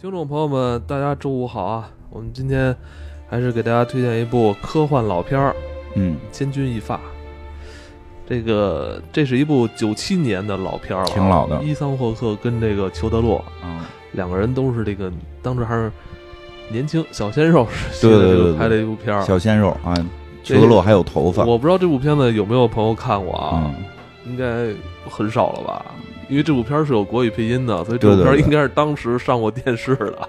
听众朋友们，大家周五好啊！我们今天还是给大家推荐一部科幻老片儿，千钧一发。这是一部97年的老片了， 挺老的。 伊桑霍克跟这个裘德洛，两个人都是这个当时还是年轻小鲜肉， 对拍的一部片儿。 小鲜肉啊，裘德洛还有头发。 我不知道这部片子有没有朋友看过啊？应该很少了吧？因为这部片是有国语配音的，所以这部片应该是当时上过电视的。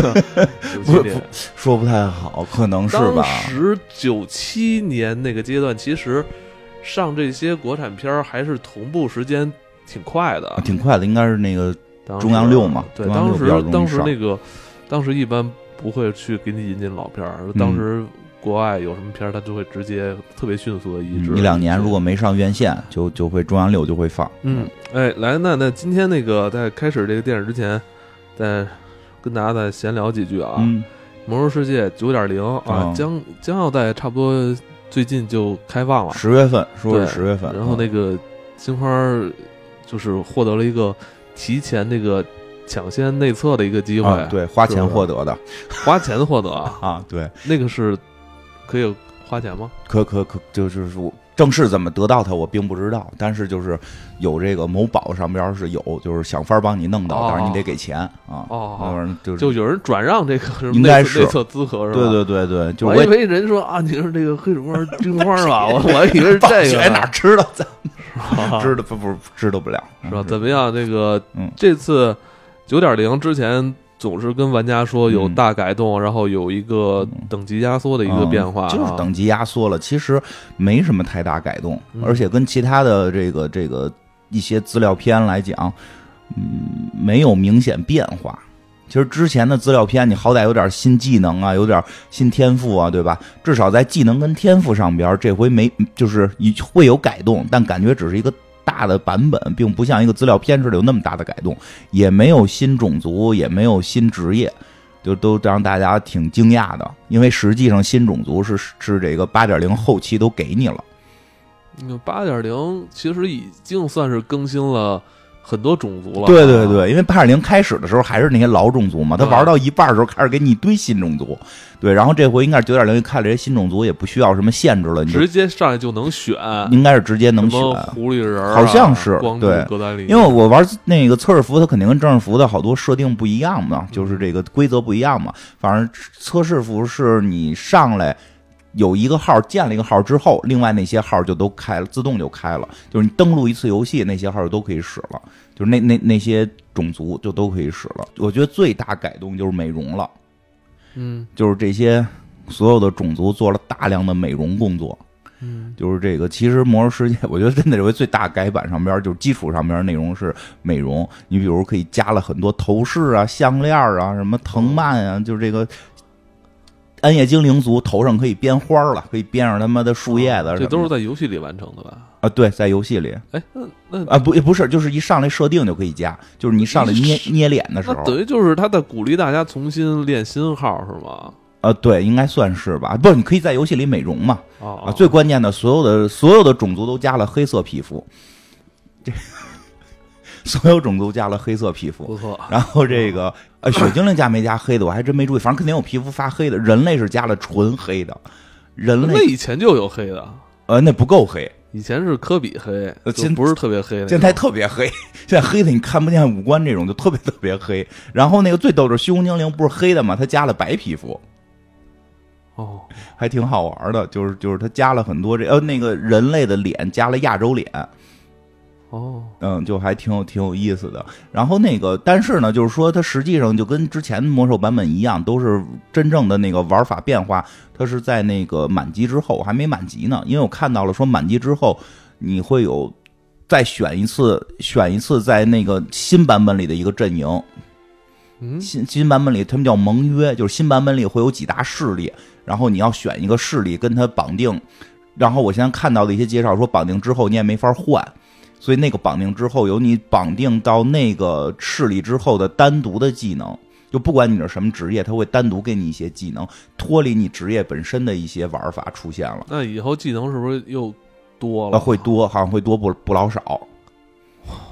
说不太好，可能是吧。 当时97年那个阶段，其实上这些国产片还是同步时间挺快的， 应该是那个中央六嘛。 对，当时一般不会去给你引进老片，当时国外有什么片他就会直接特别迅速的移植。 1-2年如果没上院线，就会中央六就会放。 来，那今天那个在开始这个电影之前，再跟大家再闲聊几句啊。魔兽世界 9.0 啊，将要在差不多最近就开放了 ，10月份，说是10月份。 然后那个金花就是获得了一个提前那个抢先内测的一个机会， 对，花钱获得的， 花钱获得啊，对， 那个是可以花钱吗？ 可，就是正式怎么得到它我并不知道，但是就是有这个某宝上边是有，就是想法帮你弄到，但是你得给钱啊。 就有人转让这个应该是内测资格是吧？ 对，就我以为人说啊，你是这个黑水光金花吧？我还以为是这个， 哪知道咱们知道不知道不了是吧？怎么样？这次 9.0 之前总是跟玩家说有大改动，然后有一个等级压缩的一个变化， 就是等级压缩了，其实没什么太大改动，而且跟其他的这个一些资料片来讲，没有明显变化。其实之前的资料片，你好歹有点新技能啊，有点新天赋啊，对吧？至少在技能跟天赋上边，这回没，就是会有改动，但感觉只是一个大的版本，并不像一个资料片似的有那么大的改动，也没有新种族，也没有新职业，就都让大家挺惊讶的。因为实际上新种族是这个 8.0 后期都给你了。 8.0 其实已经算是更新了很多种族了。 对，因为 8.0 开始的时候还是那些老种族嘛，他玩到一半的时候开始给你一堆新种族。对，然后这回应该是 9.0 看这些新种族也不需要什么限制了，你直接上来就能选， 应该是直接能选。 狐狸人好像是对， 因为我玩那个测试服，它肯定跟正式服的好多设定不一样嘛，就是这个规则不一样嘛。反正测试服是你上来有一个号，建了一个号之后，另外那些号就都开了，自动就开了。就是你登录一次游戏，那些号就都可以使了，就是那些种族就都可以使了。我觉得最大改动就是美容了，就是这些所有的种族做了大量的美容工作。就是这个，其实魔兽世界，我觉得真的这回最大改版上边，就是基础上边内容是美容。你比如可以加了很多头饰啊、项链啊、什么藤蔓啊，就是这个。暗夜精灵族头上可以编花了，可以编上他妈的树叶子， 这都是在游戏里完成的吧？ 啊，对，在游戏里。 那啊不是，就是一上来设定就可以加，就是你上来捏脸的时候， 等于就是他在鼓励大家重新练新号是吗？ 对，应该算是吧。不，你可以在游戏里美容嘛。最关键的，所有的种族都加了黑色皮肤，所有种族加了黑色皮肤， 不错。 然后这个血精灵加没加黑的，我还真没注意，反正肯定有皮肤发黑的。人类是加了纯黑的，人类那以前就有黑的， 那不够黑， 以前是科比黑，不是特别黑的。 现在特别黑，现在黑的你看不见五官，这种就特别黑。然后那个最逗的虚空精灵不是黑的吗？他加了白皮肤。还挺好玩的，就是他加了很多那个人类的脸加了亚洲脸。就还挺有意思的。然后但是呢，就是说它实际上就跟之前魔兽版本一样，都是真正的那个玩法变化，它是在那个满级之后，我还没满级呢，因为我看到了说满级之后你会有再选一次在那个新版本里的一个阵营。新版本里他们叫盟约，就是新版本里会有几大势力，然后你要选一个势力跟它绑定。然后我现在看到的一些介绍说，绑定之后你也没法换，所以那个绑定之后有你绑定到那个势力之后的单独的技能，就不管你是什么职业，它会单独给你一些技能，脱离你职业本身的一些玩法出现了。 那以后技能是不是又多了？ 会多，好像会多不老少。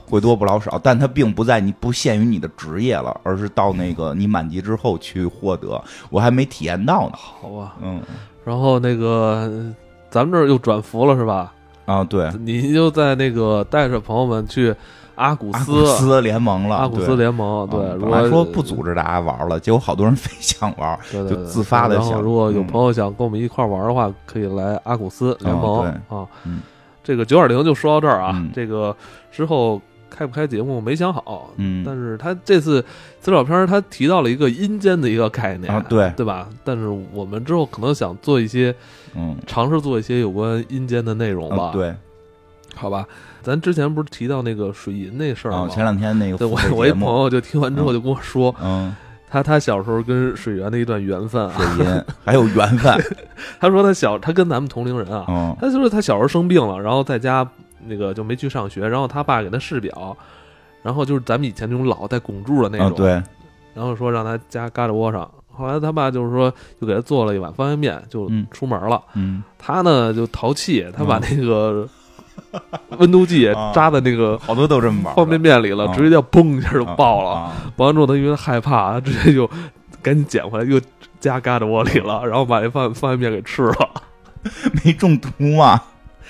会多不老少，但它并不在你不限于你的职业了，而是到那个你满级之后去获得。我还没体验到呢。 好吧，然后那个咱们这儿又转服了是吧？ 啊，对， 你就在那个带着朋友们去阿古斯联盟了。 阿古斯联盟，对， 本来说不组织大家玩了，结果好多人非想玩， 对， 就自发的想。 然后如果有朋友想跟我们一块玩的话，可以来阿古斯联盟啊。这个9.0就说到这儿啊。这个之后开不开节目没想好，但是他这次资料片他提到了一个阴间的一个概念，对吧？但是我们之后可能想做一些，尝试做一些有关阴间的内容吧。 对， 好吧。咱之前不是提到那个水银那事儿吗？ 前两天那个我一朋友就听完之后就跟我说，他小时候跟水源的一段缘分啊， 水银还有缘分。 他说他跟咱们同龄人啊，他就是他小时候生病了，然后在家那个就没去上学，然后他爸给他试表，然后就是咱们以前那种老带拱柱的那种， 对， 然后说让他加嘎吱窝上。后来他爸就是说又给他做了一碗方便面，就出门了。他呢就淘气，他把那个温度计扎在那个好多都这么玩方便面里了，直接就嘣一下就爆了。爆完之后他因为害怕，他直接就赶紧捡回来，又加嘎吱窝里了，然后把那方便面给吃了。 没中毒吗？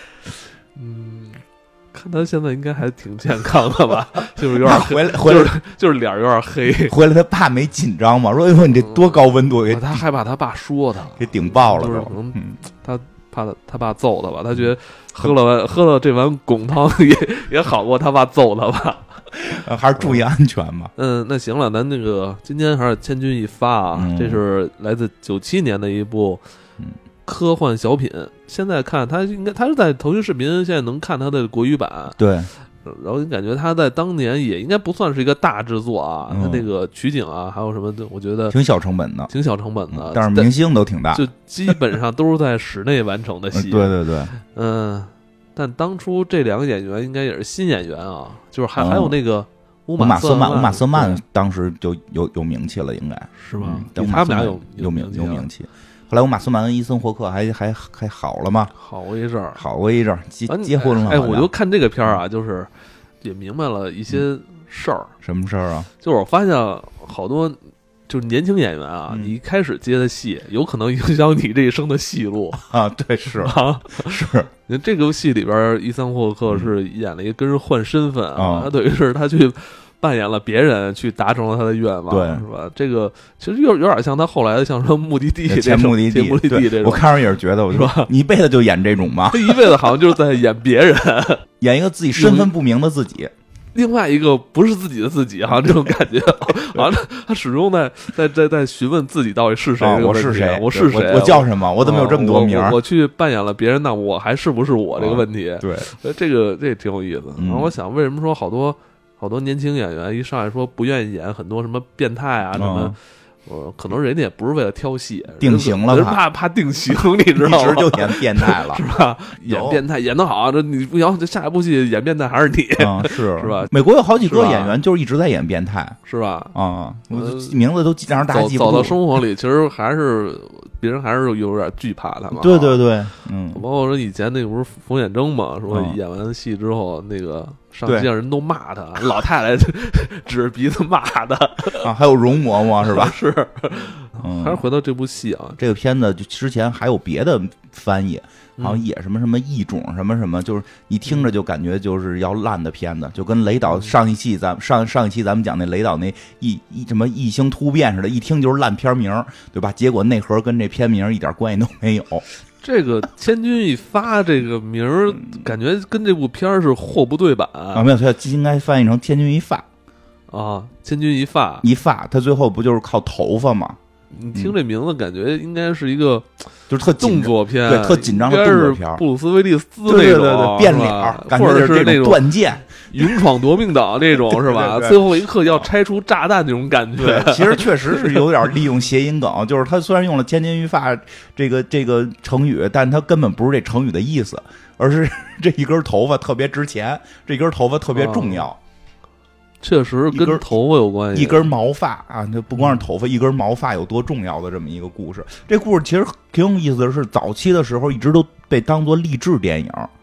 看他现在应该还挺健康的吧，就是有点回来就是脸有点黑。 回来他爸没紧张吗？说你这多高温度， 他害怕他爸说他给顶爆了， 就是可能他怕他爸揍他吧，他觉得喝了这碗滚汤也好过他爸揍他吧。 还是注意安全吧。 那行了，咱那个今天还是千钧一发啊，这是来自97年的一部科幻小品。现在看他是在腾讯视频现在能看他的国语版， 对， 然后你感觉他在当年也应该不算是一个大制作啊，他那个取景啊还有什么的，我觉得挺小成本的，但是明星都挺大， 就基本上都是在室内完成的戏。 对， 但当初这两个演员应该也是新演员啊，就是还有那个乌玛瑟曼当时就有名气了，应该是吧？ 他们俩有名气。后来乌玛瑟曼跟伊森霍克还好了吗？ 好过一阵儿， 结婚了。 我就看这个片儿啊，就是也明白了一些事儿。 什么事儿啊？ 就是我发现好多就是年轻演员啊，你一开始接的戏，有可能影响你这一生的戏路啊。对，是啊， 是。 你这个戏里边，伊森霍克是演了一个跟人换身份啊，他等于是他去扮演了别人，去达成了他的愿望， 对， 是吧？这个其实有点像他后来的，像说目的地前目的地这种。 我看着也是觉得，我说你一辈子就演这种吗？ 他一辈子好像就是在演别人， 演一个自己身份不明的自己。 另外一个不是自己的自己，好像这种感觉，好像他始终在询问自己到底是谁。 我是谁？ 我是谁？ 我叫什么？我怎么有这么多名？ 我去扮演了别人，那我还是不是我？这个问题， 对， 这挺有意思。然后我想，为什么说好多年轻演员一上来说不愿意演很多什么变态啊什么？可能人家也不是为了挑戏， 定型了， 怕定型，你知道吗？ 一直就演变态了， 是吧？演变态演得好，这你不行，这下一部戏演变态还是你， 是吧？ 美国有好几个演员就是一直在演变态， 是吧？ 名字都让大家记不住。 走到生活里，其实还是别人还是有点惧怕他嘛。 对， 包括说以前那个不是冯远征嘛，说演完戏之后那个。上街上人都骂他，老太太指着鼻子骂他啊，还有容嬷嬷是吧？ 是，还是回到这部戏啊， 这个片子就之前还有别的翻译，好像也什么异种什么，就是你听着就感觉就是要烂的片子，就跟雷导上一期咱们讲那雷导那什么异星突变似的，一听就是烂片名，对吧？结果内核跟这片名一点关系都没有。 这个千钧一发这个名儿，感觉跟这部片儿是货不对版啊！没有，它应该翻译成千钧一发啊，千钧一发， 它最后不就是靠头发吗？ 你听这名字，感觉应该是一个就是特动作片， 对，特紧张的动作片， 布鲁斯威利斯那种对变脸，感觉或者是那种断剑。 勇闯夺命岛那种是吧？最后一刻要拆除炸弹那种感觉。 其实确实是有点利用谐音梗，就是他虽然用了千钧一发这个成语，但他根本不是这成语的意思，而是这一根头发特别值钱，这根头发特别重要。 确实跟头发有关系， 一根毛发啊，那不光是头发，一根毛发有多重要的这么一个故事。这故事其实挺有意思的是，早期的时候一直都被当作励志电影。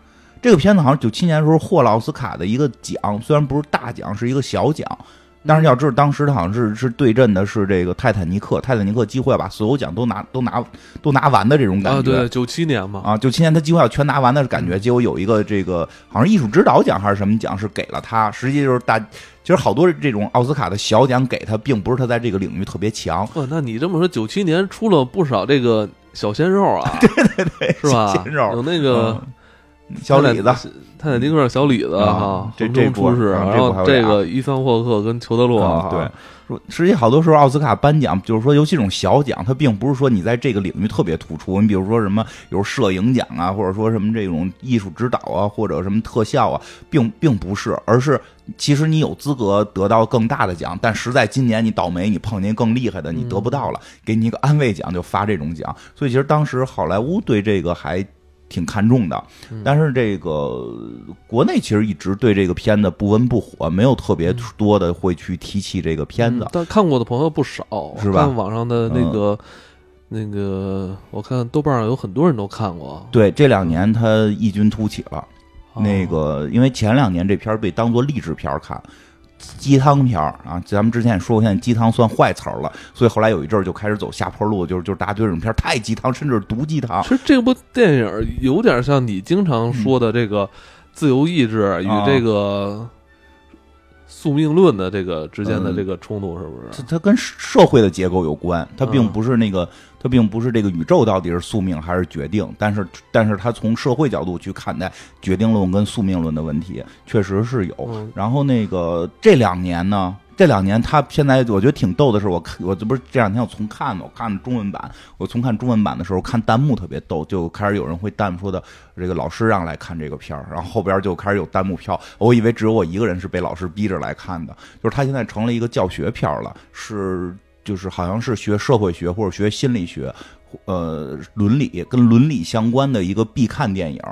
这个片子好像97年的时候获了奥斯卡的一个奖，虽然不是大奖，是一个小奖。但是要知道，当时他好像是对阵的是这个泰坦尼克，几乎要把所有奖都拿完的这种感觉。 对，97年嘛。 97年他几乎要全拿完的感觉。结果有一个这个好像艺术指导奖还是什么奖是给了他，实际就是其实好多这种奥斯卡的小奖给他，并不是他在这个领域特别强。 那你这么说，97年出了不少这个小鲜肉啊？ 对， 是吧？ 小鲜肉有那个。 小李子， 泰坦尼克小李子哈， 这出世，然后这个伊桑霍克跟裘德洛， 对，实际好多时候奥斯卡颁奖，就是说尤其这种小奖，它并不是说你在这个领域特别突出，你比如说什么有摄影奖啊，或者说什么这种艺术指导啊，或者什么特效啊，并不是，而是其实你有资格得到更大的奖，但实在今年你倒霉，你碰见更厉害的，你得不到了，给你一个安慰奖，就发这种奖，所以其实当时好莱坞对这个还挺看重的，但是这个国内其实一直对这个片子不温不火，没有特别多的会去提起这个片子。 但看过的朋友不少， 是吧？ 看网上的那个，我看豆瓣上有很多人都看过。 对，这2年他异军突起了。那个，因为前2年这片被当作励志片看。鸡汤片啊，咱们之前也说过，现在鸡汤算坏词了，所以后来有一阵就开始走下坡路，就是大家对这种片太鸡汤，甚至是毒鸡汤。 其实这部电影有点像你经常说的这个自由意志与这个宿命论的这个之间的这个冲突，是不是？ 它跟社会的结构有关，它并不是它并不是这个宇宙到底是宿命还是决定，但是它从社会角度去看待决定论跟宿命论的问题，确实是有。然后这2年呢，他现在我觉得挺逗的是，我这不是这2天我重看嘛，我看中文版，我重看中文版的时候看弹幕特别逗，就开始有人会弹幕说的这个老师让来看这个片儿，然后后边就开始有弹幕票，我以为只有我一个人是被老师逼着来看的，就是他现在成了一个教学片了，就是好像是学社会学或者学心理学，伦理跟伦理相关的一个必看电影。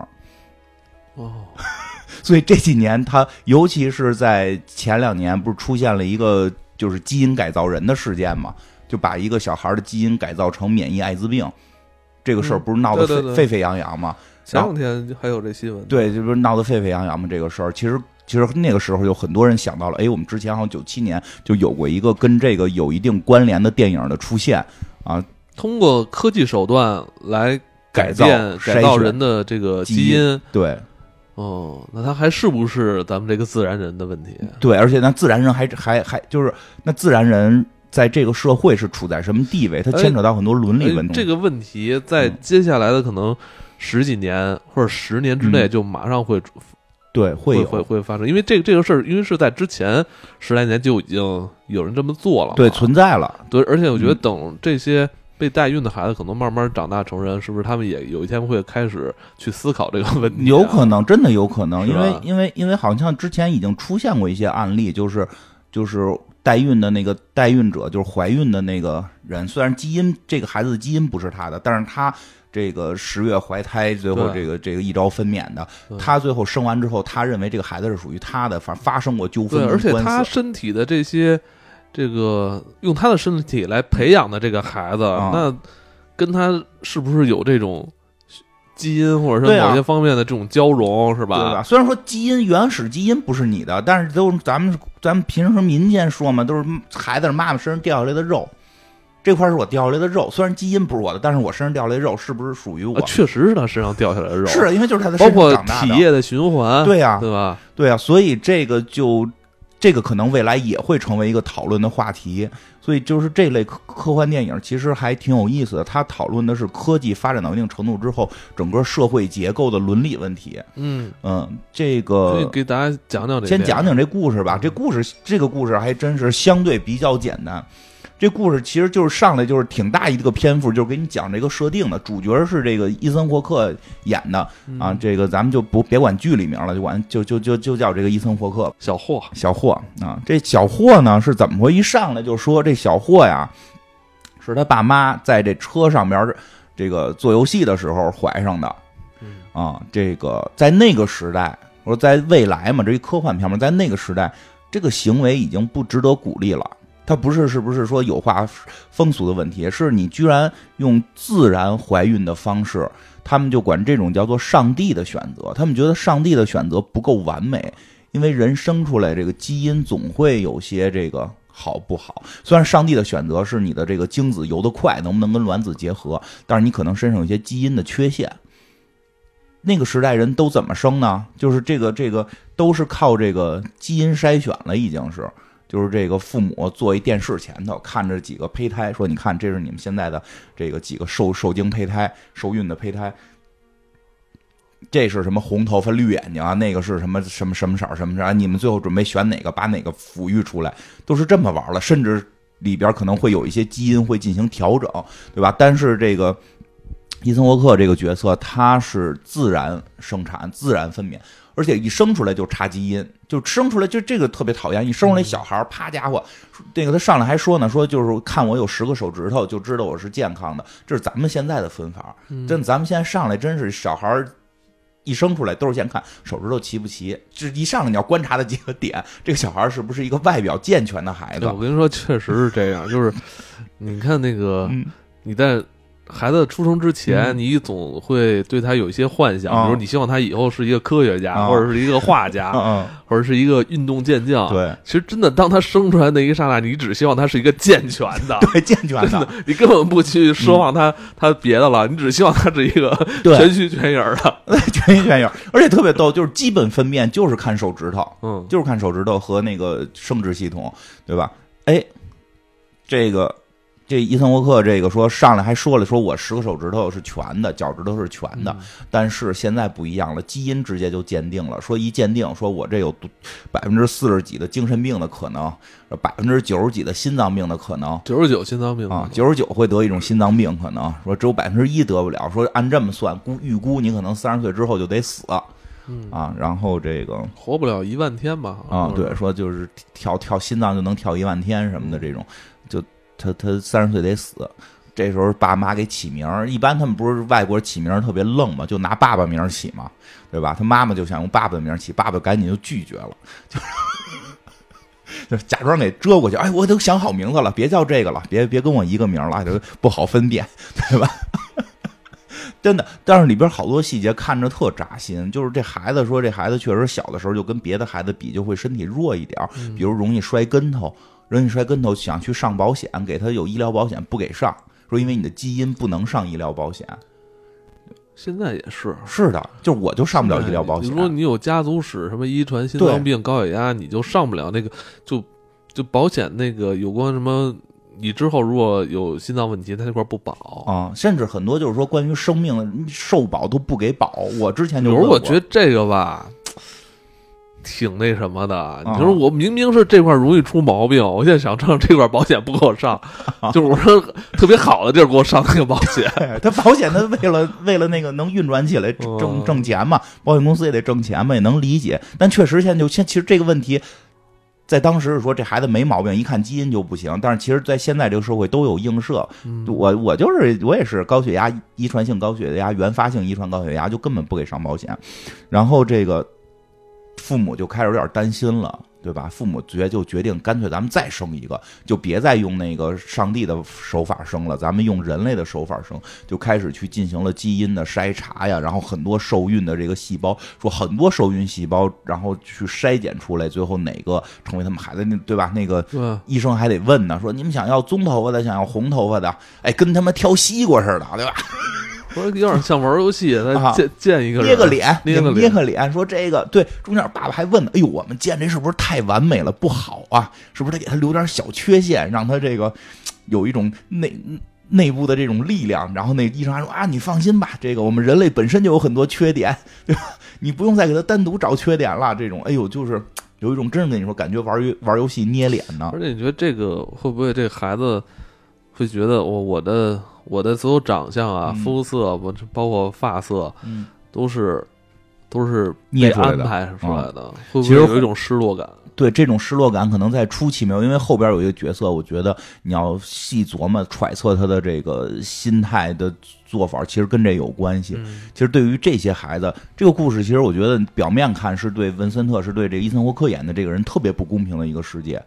所以这几年他，尤其是在前2年，不是出现了一个就是基因改造人的事件嘛？就把一个小孩的基因改造成免疫艾滋病，这个事儿不是闹得沸沸扬扬吗？ 前2天还有这新闻， 对，就是闹得沸沸扬扬嘛。这个事儿其实那个时候有很多人想到了，我们之前好像97年就有过一个跟这个有一定关联的电影的出现啊， 通过科技手段来改造人的这个基因， 对。 那他还是不是咱们这个自然人的问题？ 对，而且那自然人还就是那自然人在这个社会是处在什么地位？它牵扯到很多伦理问题。 这个问题在接下来的可能10几年或者10年之内就马上会。 对，会发生，因为这个事儿，因为是在之前10来年就已经有人这么做了， 对，存在了。 对，而且我觉得等这些被代孕的孩子可能慢慢长大成人，是不是他们也有一天会开始去思考这个问题？ 有可能，真的有可能，因为好像之前已经出现过一些案例，就是代孕的那个代孕者，就是怀孕的那个人，虽然这个孩子的基因不是他的，但是他这个10月怀胎，最后这个一朝分娩的，他最后生完之后，他认为这个孩子是属于他的，发生过纠纷， 对，而且他身体的这些。这个用他的身体来培养的这个孩子，那跟他是不是有这种基因或者是某些方面的这种交融，是吧？ 对吧？虽然说原始基因不是你的，但是都咱们平时民间说嘛，都是孩子妈妈身上掉下来的肉，这块是我掉下来的肉，虽然基因不是我的，但是我身上掉下来的肉是不是属于我？ 确实是他身上掉下来的肉， 是因为就是他的身上长大的， 包括体液的循环， 对呀， 对吧？ 对呀，所以这个可能未来也会成为一个讨论的话题，所以就是这类科幻电影其实还挺有意思的。它讨论的是科技发展到一定程度之后，整个社会结构的伦理问题。这个可以给大家讲讲先讲讲这故事吧。这个故事还真是相对比较简单。这故事其实就是上来就是挺大一个篇幅，就是给你讲这个设定的。主角是这个伊森霍克演的啊，这个咱们就别管剧里名了，就叫这个伊森霍克小霍啊。这小霍呢是怎么回事？一上来就说这小霍呀，是他爸妈在这车上边这个做游戏的时候怀上的啊。这个在那个时代，我说在未来嘛，这一科幻片嘛，在那个时代，这个行为已经不值得鼓励了。 它不是不是说有化风俗的问题，是你居然用自然怀孕的方式，他们就管这种叫做上帝的选择。他们觉得上帝的选择不够完美，因为人生出来这个基因总会有些这个好不好。虽然上帝的选择是你的这个精子游得快，能不能跟卵子结合，但是你可能身上有些基因的缺陷。那个时代人都怎么生呢？就是这个都是靠这个基因筛选了，已经是。就是这个父母坐一电视前头看着几个胚胎，说你看这是你们现在的这个几个受精胚胎、受孕的胚胎，这是什么红头发绿眼睛啊，那个是什么什么色什么色，你们最后准备选哪个，把哪个抚育出来，都是这么玩了。甚至里边可能会有一些基因会进行调整，对吧？但是这个伊森沃克这个角色他是自然生产、自然分娩，而且一生出来就查基因，就生出来就这个特别讨厌。一生出来小孩，啪家伙，那个他上来还说呢，说就是看我有10个手指头就知道我是健康的，这是咱们现在的分法。真的，咱们现在上来真是小孩一生出来都是先看手指头齐不齐，这一上来你要观察的几个点，这个小孩是不是一个外表健全的孩子？ 我跟你说，确实是这样。就是你看那个，你在孩子出生之前，你总会对他有一些幻想，比如你希望他以后是一个科学家，或者是一个画家，或者是一个运动健将。 对， 其实真的，当他生出来那一刹那，你只希望他是一个健全的， 对，健全的， 你根本不去奢望他别的了，你只希望他是一个全虚全影的， 对，全虚全影。而且特别逗，就是基本分辨就是看手指头，就是看手指头和那个生殖系统，对吧？哎，这伊森沃克这个说上来还说了，说我10个手指头是全的，脚趾头是全的，但是现在不一样了，基因直接就鉴定了，说一鉴定，说我这有40%几的精神病的可能，90%几的心脏病的可能 ，99心脏病啊，99会得一种心脏病可能，说只有1%得不了，说按这么算，预估你可能30岁之后就得死。啊，然后这个活不了1万天吧？ 啊，对，说就是跳心脏就能跳1万天什么的这种，就他30岁得死。这时候爸妈给起名，一般他们不是外国起名特别愣嘛，就拿爸爸名起嘛，对吧？他妈妈就想用爸爸的名起，爸爸赶紧就拒绝了，就假装给遮过去。哎，我都想好名字了，别叫这个了，别跟我一个名了，就不好分辨，对吧？真的，但是里边好多细节看着特扎心。就是这孩子说，这孩子确实小的时候就跟别的孩子比，就会身体弱一点，比如容易摔跟头，想去上保险，给他有医疗保险不给上，说因为你的基因不能上医疗保险。 现在也是的，就是我就上不了医疗保险。 如果你有家族史，什么遗传心脏病、高血压，你就上不了那个，就保险那个有关什么。你之后如果有心脏问题，他那块不保啊，甚至很多就是说关于生命受保都不给保。我之前就问过， 我觉得这个吧，挺那什么的。你说我明明是这块容易出毛病，我现在想挣这块保险不给我上，就是我说特别好的地儿给我上那个保险。 他保险他为了那个能运转起来挣钱嘛，保险公司也得挣钱嘛，也能理解。但确实其实这个问题。在当时是说这孩子没毛病，一看基因就不行。但是其实，在现在这个社会都有映射。我也是高血压，遗传性高血压，原发性遗传高血压，就根本不给上保险。然后这个父母就开始有点担心了，对吧？父母就决定干脆咱们再生一个，就别再用那个上帝的手法生了，咱们用人类的手法生，就开始去进行了基因的筛查呀，然后很多受孕的这个细胞，说很多受孕细胞，然后去筛检出来，最后哪个成为他们孩子，对吧？那个医生还得问呢，说你们想要棕头发的，想要红头发的，哎，跟他们挑西瓜似的，对吧？ 说有点像玩游戏，他见一个人捏个脸，说这个对。中间爸爸还问呢，哎呦，我们见这是不是太完美了，不好啊？是不是得给他留点小缺陷，让他这个有一种内部的这种力量？然后那医生还说啊，你放心吧，这个我们人类本身就有很多缺点，对吧？你不用再给他单独找缺点了。这种，哎呦，就是有一种真是跟你说，感觉玩游戏捏脸呢。 而且你觉得这个会不会这孩子会觉得我的所有长相啊、肤色，包括发色，都是被安排出来的，会不会有一种失落感？ 对，这种失落感可能在初期没有，因为后边有一个角色，我觉得你要细琢磨揣测他的这个心态的做法，其实跟这有关系。其实对于这些孩子，这个故事其实我觉得表面看是对文森特，是对这个伊森霍克演的这个人特别不公平的一个世界。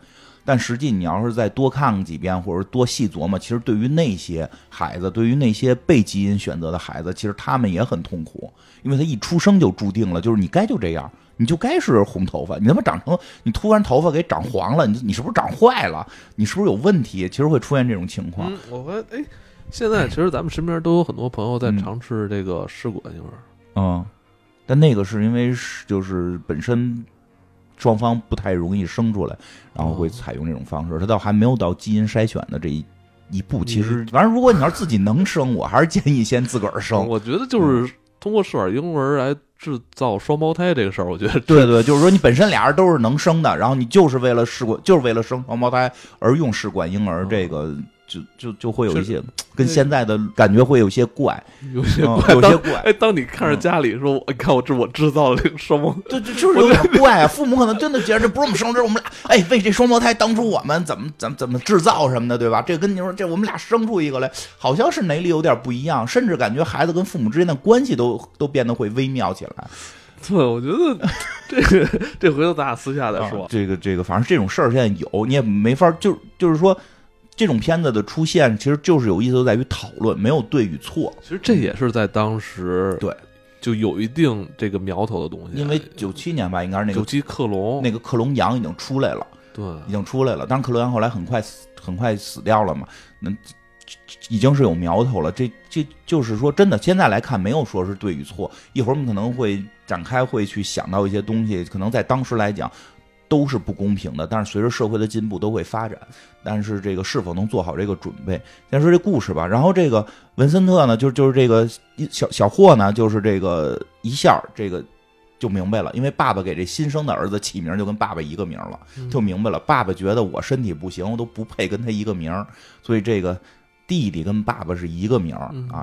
但实际你要是再多看几遍，或者多细琢磨，其实对于那些孩子，对于那些被基因选择的孩子，其实他们也很痛苦，因为他一出生就注定了，就是你该就这样，你就该是红头发，你他妈长成你突然头发给长黄了，你是不是长坏了？你是不是有问题？其实会出现这种情况。 我发现现在其实咱们身边都有很多朋友在尝试这个试管婴儿。 但那个是因为就是本身双方不太容易生出来，然后会采用这种方式，他倒还没有到基因筛选的这一步。其实反正如果你要是自己能生，我还是建议先自个儿生。 我觉得就是通过试管婴儿来制造双胞胎这个事儿，我觉得对，就是说你本身俩人都是能生的，然后你就是为了生双胞胎而用试管婴儿，这个就会有一些跟现在的感觉会有些怪， 有些怪。当你看着家里说，你看我制造了这个双胞， 就是有点怪啊。父母可能真的觉得这不是我们生，这是我们俩为这双胞胎当初我们怎么制造什么的，对吧？这跟你说这我们俩生出一个来，好像是哪里有点不一样，甚至感觉孩子跟父母之间的关系都变得会微妙起来。 对，我觉得这回头咱俩私下再说。 这个，反正这种事儿现在有，你也没法就是说。这种片子的出现，其实就是有意思在于讨论，没有对与错。 其实这也是在当时对就有一定这个苗头的东西。 因为97年吧，应该是那个 97克隆， 那个克隆羊已经出来了， 对， 已经出来了。当然，克隆羊后来很快死掉了嘛，那已经是有苗头了。这就是说，真的，现在来看没有说是对与错。一会儿我们可能会展开，会去想到一些东西，可能在当时来讲。都是不公平的，但是随着社会的进步都会发展，但是这个是否能做好这个准备？先说这故事吧。然后这个文森特呢，就是这个小霍呢，就是这个一下这个就明白了，因为爸爸给这新生的儿子起名就跟爸爸一个名了，就明白了。爸爸觉得我身体不行，我都不配跟他一个名，所以这个弟弟跟爸爸是一个名啊，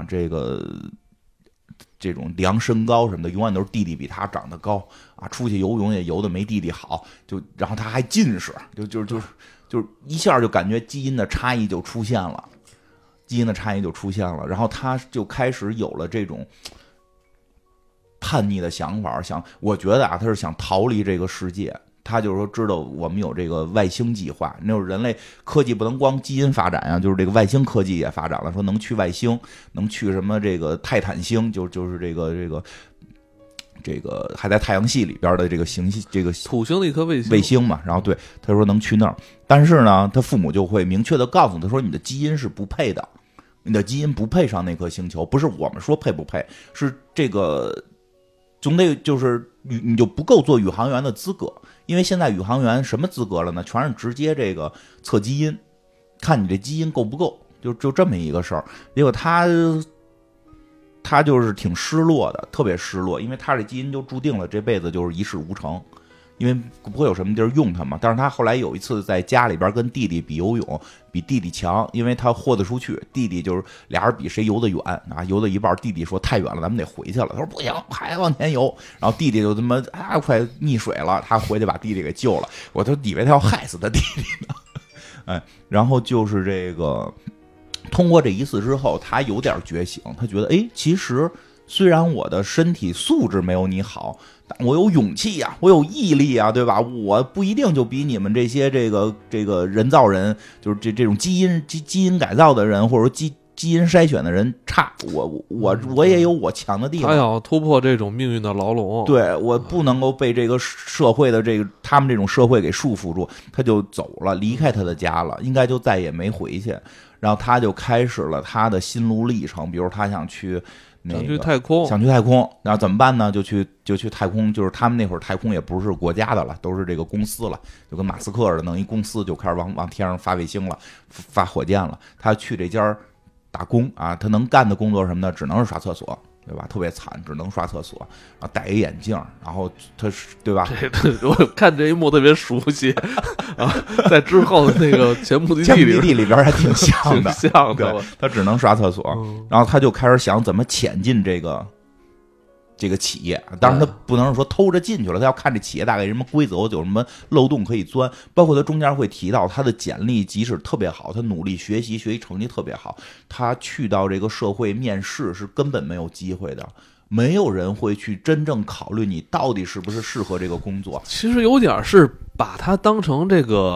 这种量身高什么的，永远都是弟弟比他长得高啊！出去游泳也游得没弟弟好，然后他还近视，就是一下就感觉基因的差异就出现了，然后他就开始有了这种叛逆的想法，我觉得啊，他是想逃离这个世界。他就是说，知道我们有这个外星计划，那种人类科技不能光基因发展呀，就是这个外星科技也发展了，说能去外星，能去什么这个泰坦星，就是这个还在太阳系里边的这个行星，这个土星的一颗卫星嘛。然后对他说能去那儿，但是呢，他父母就会明确的告诉他说，你的基因是不配的，你的基因不配上那颗星球，不是我们说配不配，是这个总得就是你就不够做宇航员的资格。因为现在宇航员什么资格了呢？全是直接这个测基因，看你这基因够不够，就这么一个事儿。结果他就是挺失落的，特别失落，因为他这基因就注定了这辈子就是一事无成，因为不会有什么地儿用他嘛。但是他后来有一次在家里边跟弟弟比游泳，比弟弟强，因为他豁得出去，弟弟就是俩人比谁游得远啊，游到一半，弟弟说太远了，咱们得回去了。他说不行，还往前游。然后弟弟就他妈快溺水了，他回去把弟弟给救了。我都以为他要害死他弟弟呢。然后就是这个，通过这一次之后，他有点觉醒，他觉得其实虽然我的身体素质没有你好，但我有勇气呀，我有毅力啊，对吧？我不一定就比你们这些这个人造人，就是这种基因改造的人，或者说基因筛选的人差。我也有我强的地方。 他要突破这种命运的牢笼， 对，我不能够被这个社会的他们这种社会给束缚住。他就走了，离开他的家了，应该就再也没回去。然后他就开始了他的心路历程，比如他想去太空， 然后怎么办呢？就去太空，就是他们那会儿太空也不是国家的了，都是这个公司了，就跟马斯克似的，弄一公司就开始往天上发卫星了，发火箭了。他去这家打工啊，他能干的工作什么的，只能是刷厕所，对吧？特别惨，只能刷厕所，然后戴一眼镜，然后他对吧？ 我看这一幕特别熟悉啊，在之后的那个前目的地里边还挺像的， 对， 他只能刷厕所，然后他就开始想怎么潜进这个企业。当然他不能说偷着进去了，他要看这企业大概什么规则，有什么漏洞可以钻。包括他中间会提到他的简历即使特别好，他努力学习成绩特别好，他去到这个社会面试是根本没有机会的，没有人会去真正考虑你到底是不是适合这个工作。 其实有点是把他当成这个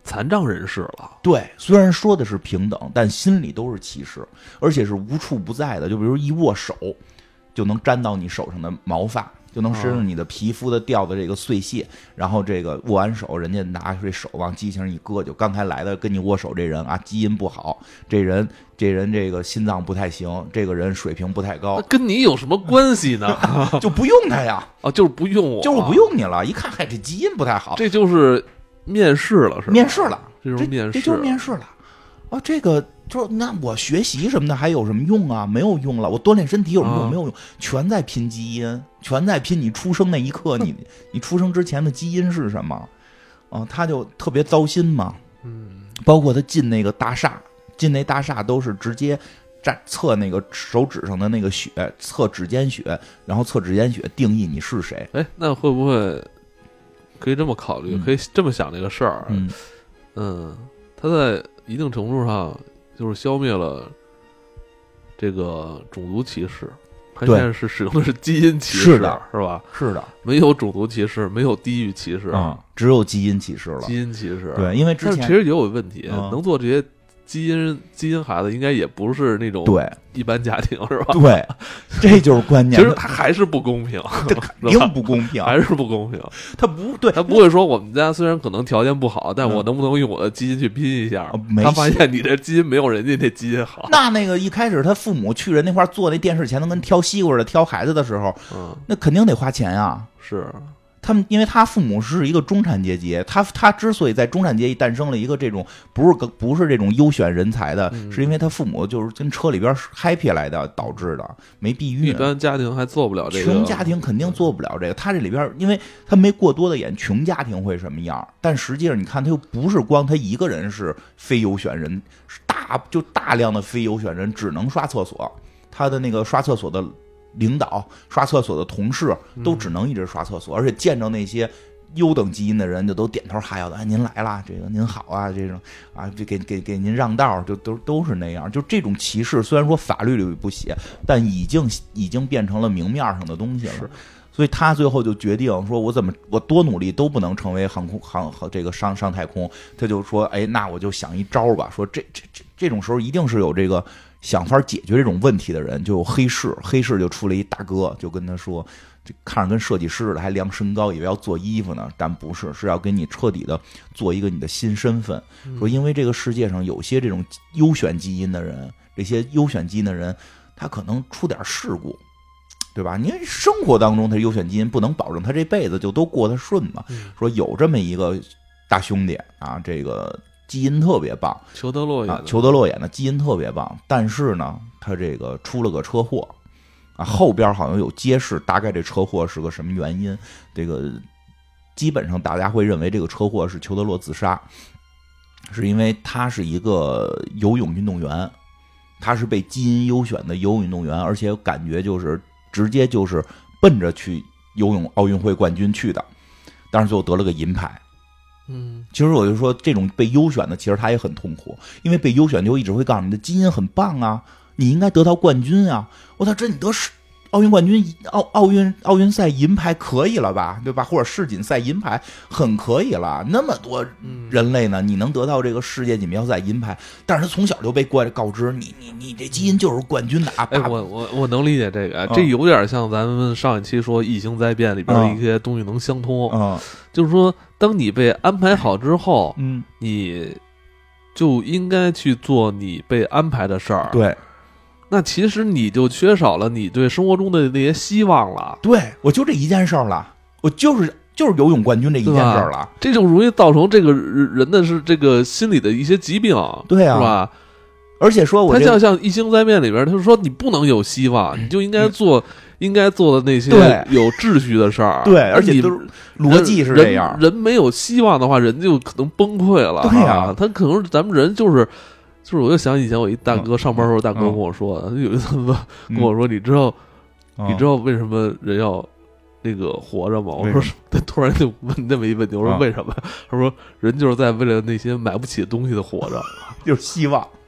残障人士了。 对，虽然说的是平等，但心里都是歧视，而且是无处不在的。就比如一握手，就能沾到你手上的毛发，就能身上你的皮肤的掉的这个碎屑，然后这个握完手，人家拿这手往机器上一搁，就刚才来的跟你握手这人啊，基因不好，这人这个心脏不太行，这个人水平不太高， 跟你有什么关系呢？ 就不用他呀， 就是不用我， 就是不用你了。一看，嗨，这基因不太好， 这就是面试了，是吧？ 面试了， 这就是面试， 这就是面试了。啊，这个就那我学习什么的还有什么用啊？没有用了。我锻炼身体有什么用？没有用，全在拼基因，全在拼你出生那一刻，你出生之前的基因是什么？啊，他就特别糟心嘛。包括他进那个大厦，进那大厦都是直接测那个手指上的那个血，测指尖血，然后测指尖血定义你是谁。 哎，那会不会可以这么考虑？可以这么想这个事儿？他在一定程度上就是消灭了这个种族歧视，他现在是使用的是基因歧视， 是的， 是吧？ 是的， 没有种族歧视，没有地域歧视， 只有基因歧视了。 基因歧视， 对，因为之前其实也有问题，能做这些基因孩子，应该也不是那种对一般家庭，是吧？ 对，这就是关键。 其实他还是不公平， 肯定不公平， 还是不公平。 他不对， 他不会说我们家虽然可能条件不好，但我能不能用我的基因去拼一下？他发现你这基因没有人家那基因好。 那个一开始他父母去人那块坐那电视前头跟挑西瓜的挑孩子的时候，那肯定得花钱呀。 是。 他们因为他父母是一个中产阶级，他之所以在中产阶级诞生了一个这种不是这种优选人才的，是因为他父母就是跟车里边 happy 来的导致的，没避孕。 一般家庭还做不了这个， 穷家庭肯定做不了这个。他这里边，因为他没过多的演穷家庭会什么样，但实际上你看，他又不是光他一个人是非优选人，是大量的非优选人只能刷厕所，他的那个刷厕所的领导、刷厕所的同事都只能一直刷厕所，而且见着那些优等基因的人就都点头哈腰的，哎，您来啦，这个您好啊，这种啊，给您让道，就都是那样。就这种歧视，虽然说法律里不写，但已经变成了明面上的东西了。所以他最后就决定说，我多努力都不能成为航这个上太空。他就说，哎，那我就想一招吧。说这种时候一定是有这个想法解决这种问题的人，就有黑市就出了一大哥，就跟他说，这看着跟设计师似的，还量身高，以为要做衣服呢，但不是，是要给你彻底的做一个你的新身份。说因为这个世界上有些这种优选基因的人，这些优选基因的人，他可能出点事故。对吧？因为生活当中他优选基因不能保证他这辈子就都过得顺嘛。说有这么一个大兄弟啊，这个基因特别棒， 裘德洛演的基因特别棒，但是呢，他这个出了个车祸啊，后边好像有揭示，大概这车祸是个什么原因。这个基本上大家会认为这个车祸是裘德洛自杀，是因为他是一个游泳运动员，他是被基因优选的游泳运动员，而且感觉就是直接就是奔着去游泳奥运会冠军去的，但是最后得了个银牌。其实我就说这种被优选的，其实他也很痛苦，因为被优选就一直会告诉你的基因很棒啊，你应该得到冠军啊。我操，这你得奥运冠军、奥运赛银牌可以了吧，对吧？或者世锦赛银牌很可以了，那么多人类呢，你能得到这个世界锦标赛银牌，但是他从小就被告知，你这基因就是冠军的啊！ 哎，我能理解这个，这有点像咱们上一期说《异形灾变》里边的一些东西能相通，就是说，当你被安排好之后，你就应该去做你被安排的事儿， 对。 那其实你就缺少了你对生活中的那些希望了。 对，我就这一件事儿了，我就是游泳冠军这一件事儿了， 这就容易造成这个人的是这个心理的一些疾病， 对啊， 是吧？ 而且说他像《异形灾变》里边，他说你不能有希望，你就应该做应该做的那些有秩序的事儿， 对，而且都是逻辑是这样。 人没有希望的话，人就可能崩溃了。 对呀， 他可能咱们人就是，我就想以前我一大哥上班的时候，大哥跟我说，有一次跟我说，你知道为什么人要那个活着吗？我说，他突然就问那么一问题，我说为什么？他说人就是在为了那些买不起的东西的活着， 就是希望。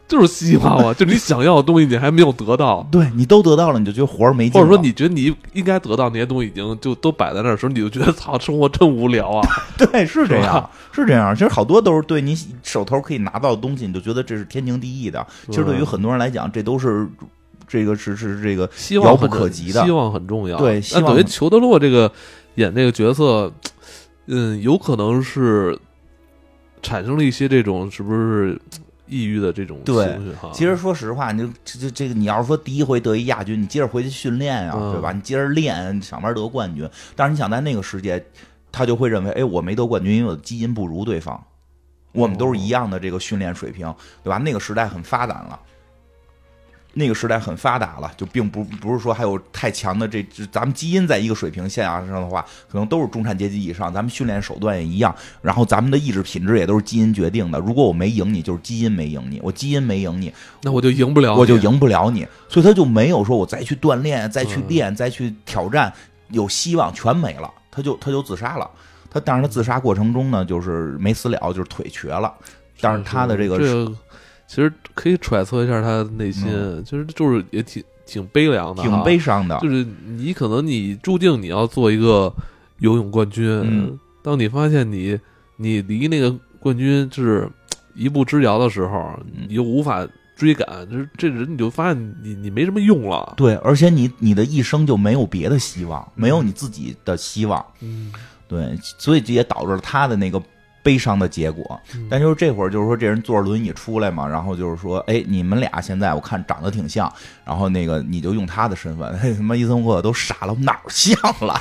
就是希望啊，就你想要的东西你还没有得到， 对你都得到了，你就觉得活着没劲， 或者说你觉得你应该得到那些东西已经就都摆在那儿的时候，你就觉得操，生活真无聊啊。 对，是这样，是这样。其实好多都是对你手头可以拿到的东西，你就觉得这是天经地义的。其实对于很多人来讲，这都是这个是这个遥不可及的， 希望很重要。 对， 那等于裘德洛这个演这个角色，有可能是产生了一些这种是不是？抑郁的这种情绪哈， 其实说实话，你就这个，你要是说第一回得一亚军，你接着回去训练啊，对吧？你接着练，想办法得冠军。但是你想在那个世界，他就会认为，哎，我没得冠军，因为我的基因不如对方，我们都是一样的这个训练水平，对吧？那个时代很发达了。那个时代很发达了，就并不是说还有太强的咱们基因在一个水平线上的话，可能都是中产阶级以上，咱们训练手段也一样，然后咱们的意志品质也都是基因决定的。如果我没赢你，就是基因没赢你，我基因没赢你， 那我就赢不了你，所以他就没有说我再去锻炼、再去练、再去挑战，有希望全没了，他就自杀了。但是他自杀过程中呢，就是没死了，就是腿瘸了。但是他的这个其实可以揣测一下他的内心，其实就是也挺悲凉的， 挺悲伤的。 就是你可能你注定你要做一个游泳冠军，当你发现你离那个冠军是一步之遥的时候，你又无法追赶，这人你就发现你没什么用了。 对，而且你的一生就没有别的希望，没有你自己的希望。对，所以这也导致了他的那个悲伤的结果。但就是这会儿，就是说这人坐着轮椅出来嘛，然后就是说，哎，你们俩现在我看长得挺像，然后那个你就用他的身份，他妈伊森霍克都傻了，哪儿像了？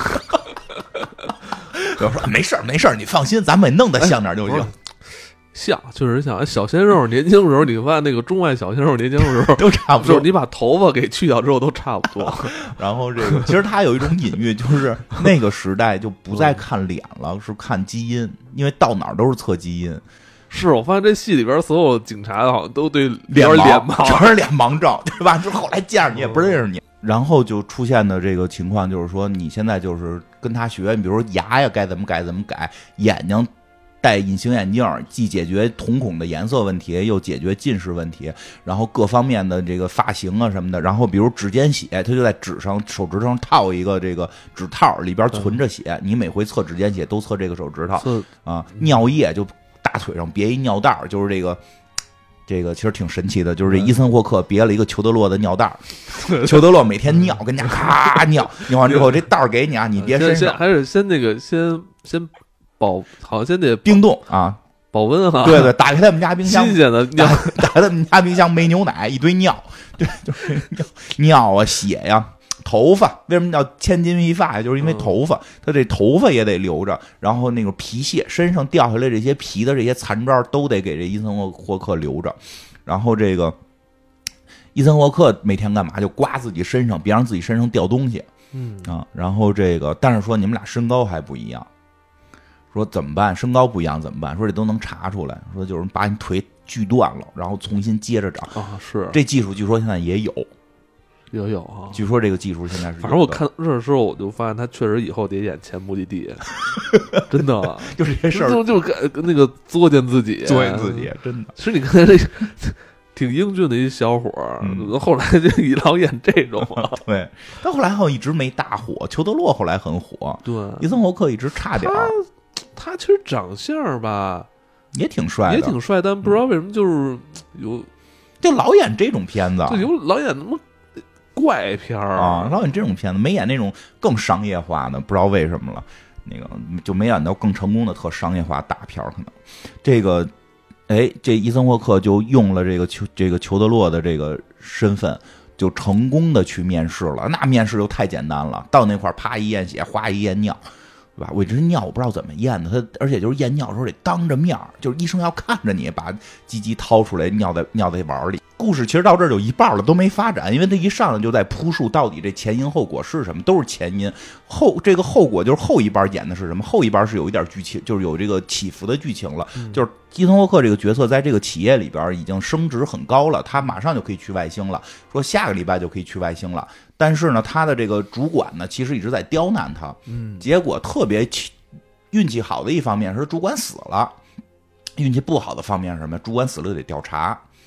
就说没事儿，你放心，咱们弄得像点就行。 像，确实像。小鲜肉年轻的时候，你发现那个中外小鲜肉年轻的时候都差不多， 就是你把头发给去掉之后都差不多。 然后这个其实他有一种隐喻，就是那个时代就不再看脸了，是看基因，因为到哪儿都是测基因。 是我发现这戏里边所有警察好像都对脸盲， 全是脸盲症，对吧？就是后来见着你也不认识你。然后就出现的这个情况就是说，你现在就是跟他学，你比如说牙呀该怎么改怎么改，眼睛戴隐形眼镜，既解决瞳孔的颜色问题，又解决近视问题，然后各方面的这个发型啊什么的。然后比如指尖血，他就在手指上套一个这个指套，里边存着血，你每回测指尖血都测这个手指套啊。尿液就大腿上别一尿袋，就是这个其实挺神奇的，就是这伊森霍克别了一个裘德洛的尿袋，裘德洛每天尿，跟家咔尿完之后，这袋给你啊，你别身上， 还是先那个先好像先得冰冻啊， 保温哈。 对，打开他们家冰箱， 新鲜的尿， 打开他们家冰箱没牛奶，一堆尿，对，就是尿啊血呀。头发为什么叫千钧一发呀？就是因为头发，他这头发也得留着，然后那个皮屑身上掉下来这些皮的这些残渣都得给这伊森霍克留着。然后这个伊森霍克每天干嘛？就刮自己身上，别让自己身上掉东西。然后这个，但是说你们俩身高还不一样，说怎么办？身高不一样怎么办？说这都能查出来，说就是把你腿锯断了，然后重新接着长啊。是这技术，据说现在也有。 有啊， 据说这个技术现在是， 反正我看这的时候，我就发现他确实以后得演前目的地，真的， 就这些事儿， 就那个作践自己， 真的。 其实你看这挺英俊的一小伙儿，后来就老演这种了。 对，但后来好像一直没大火。裘德洛后来很火， 对， 伊森霍克一直差点儿。 他其实长相吧也挺帅， 但不知道为什么就是就老演这种片子， 就老演那么。怪片啊，老演这种片子，没演那种更商业化的，不知道为什么了。那个就没演到更成功的特商业化大片，可能这个，这伊森霍克就用了这个裘德洛的这个身份，就成功的去面试了。那面试就太简单了，到那块啪一验血，哗一验尿，对吧？我这尿我不知道怎么验的，他而且就是验尿的时候得当着面，就是医生要看着你把鸡鸡掏出来，尿在碗里。故事其实到这儿有一半了，都没发展，因为他一上来就在铺述到底这前因后果是什么，都是前因这个后果就是后一半演的是什么，后一半是有一点剧情，就是有这个起伏的剧情了。就是伊森霍克这个角色在这个企业里边已经升职很高了，他马上就可以去外星了，说下个礼拜就可以去外星了。但是呢，他的这个主管呢，其实一直在刁难他。结果特别运气好的一方面是主管死了，运气不好的方面是什么？主管死了就得调查。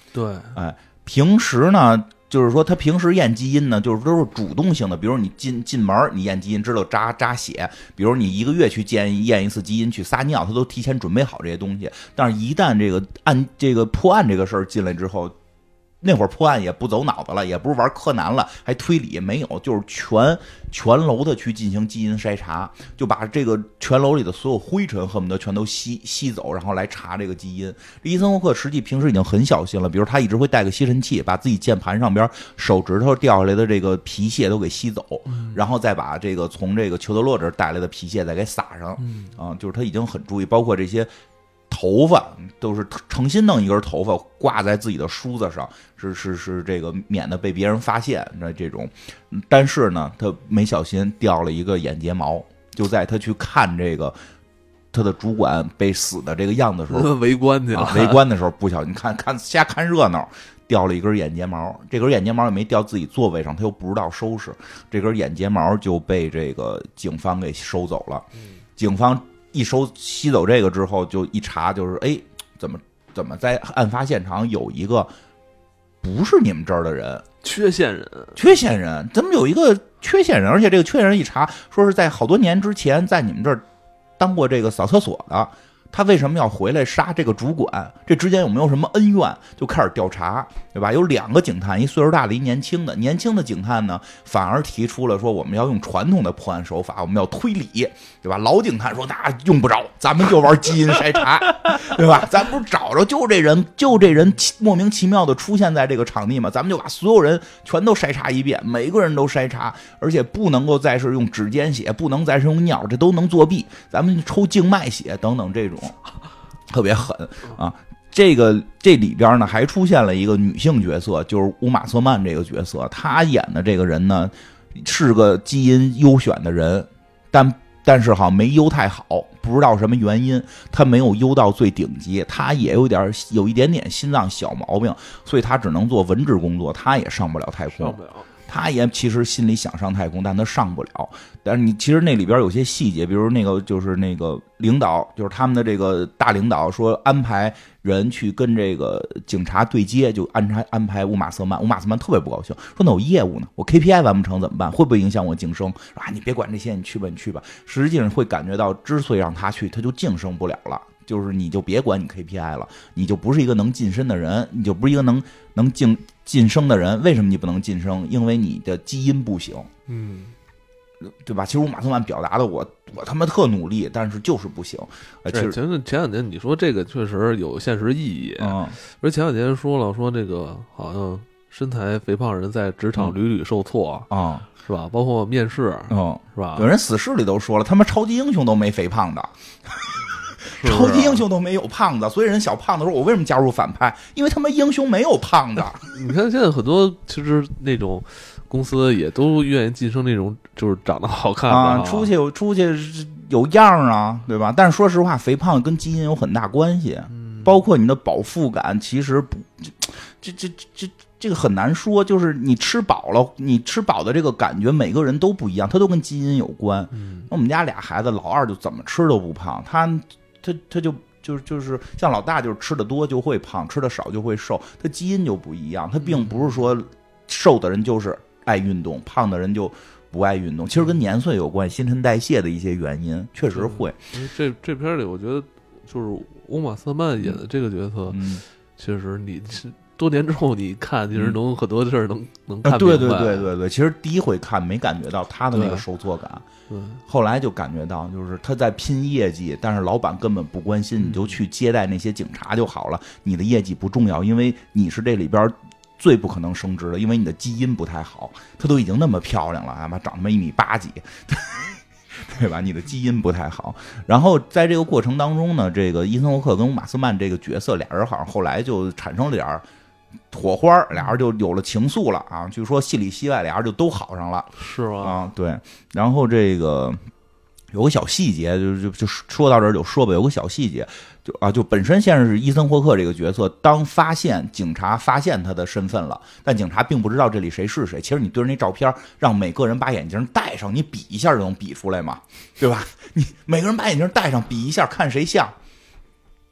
对， 哎，平时呢，就是说他平时验基因呢，就是都是主动性的，比如你进门你验基因，知道扎血，比如你1个月去验一次基因，去撒尿，他都提前准备好这些东西。但是，一旦这个破案这个事儿进来之后，那会儿破案也不走脑子了，也不是玩柯南了，还推理没有，就是全楼的去进行基因筛查，就把这个全楼里的所有灰尘恨不得全都吸走，然后来查这个基因。伊森霍克实际平时已经很小心了，比如他一直会带个吸尘器，把自己键盘上边手指头掉下来的这个皮屑都给吸走，然后再把这个从这个裘德洛这儿带来的皮屑再给撒上，就是他已经很注意，包括这些。头发都是诚心弄一根头发挂在自己的梳子上，是这个免得被别人发现这种。但是呢，他没小心掉了一个眼睫毛，就在他去看这个他的主管被死的这个样子的时候， 围观去了。 围观的时候不小心瞎看热闹，掉了一根眼睫毛。这根眼睫毛也没掉自己座位上，他又不知道收拾，这根眼睫毛就被这个警方给收走了。警方一吸走这个之后，就一查，就是怎么在案发现场有一个不是你们这儿的人， 缺陷人，怎么有一个缺陷人？而且这个缺陷人一查，说是在好多年之前在你们这儿当过这个扫厕所的。他为什么要回来杀这个主管？这之间有没有什么恩怨？就开始调查，对吧？有2个警探，一岁数大的，一年轻的。年轻的警探呢，反而提出了说我们要用传统的破案手法，我们要推理，对吧？老警探说那用不着，咱们就玩基因筛查，对吧？咱不是找着就这人莫名其妙的出现在这个场地嘛，咱们就把所有人全都筛查一遍，每个人都筛查，而且不能够再是用指尖血，不能再是用尿，这都能作弊，咱们抽静脉血等等这种。特别狠啊！这里边呢还出现了一个女性角色，就是乌玛瑟曼这个角色，她演的这个人呢是个基因优选的人，但是好像没优太好，不知道什么原因，她没有优到最顶级，她也有一点点心脏小毛病，所以她只能做文职工作，她也上不了太空。他也其实心里想上太空，但他上不了。但是你其实那里边有些细节，比如那个就是那个领导，就是他们的这个大领导说安排人去跟这个警察对接，就安排乌玛瑟曼。乌玛瑟曼特别不高兴，说那我业务呢？我 KPI 完不成怎么办？会不会影响我晋升？啊，你别管这些，你去吧。实际上会感觉到，之所以让他去，他就晋升不了了。就是你就别管你 KPI 了，你就不是一个能晋升的人，你就不是一个能晋升的人。为什么你不能晋升？因为你的基因不行，对吧？其实乌玛瑟曼表达的我他妈特努力，但是就是不行。其实前两年你说这个确实有现实意义，而前两年说这个好像身材肥胖人在职场屡屡受挫啊， 是吧？包括面试，是吧？ 有人死侍里都说了，他妈超级英雄都没肥胖的。超级英雄都没有胖子，所以人小胖子说：“我为什么加入反派？因为他们英雄没有胖子。” 你看现在很多其实那种公司也都愿意晋升那种就是长得好看的啊，出去有样啊，对吧？但是说实话，肥胖跟基因有很大关系，包括你的饱腹感，其实不，这个很难说。就是你吃饱了，你吃饱的这个感觉，每个人都不一样，它都跟基因有关。我们家俩孩子，老二就怎么吃都不胖，他就是像老大，就是吃的多就会胖，吃的少就会瘦，他基因就不一样。他并不是说瘦的人就是爱运动，胖的人就不爱运动，其实跟年岁有关，新陈代谢的一些原因确实会。 这片里我觉得就是乌玛瑟曼演的这个角色，确实你多年之后你看，其实能很多事儿能看明白。 对，其实第一回看没感觉到他的那个受挫感，后来就感觉到就是他在拼业绩，但是老板根本不关心，你就去接待那些警察就好了，你的业绩不重要，因为你是这里边最不可能升职的，因为你的基因不太好。她都已经那么漂亮了，长他妈1.8米几。对吧？你的基因不太好。然后在这个过程当中呢，这个伊森霍克跟乌玛瑟曼这个角色，俩人好像后来就产生了点火花，俩人就有了情愫了啊！据说戏里戏外俩人就都好上了， 是吗？ 啊，对。然后这个有个小细节，就说到这儿就说吧，有个小细节，就本身先是伊森霍克这个角色，当警察发现他的身份了，但警察并不知道这里谁是谁。其实你对着那照片，让每个人把眼镜戴上，你比一下就能比出来嘛，对吧？你每个人把眼镜戴上，比一下看谁像。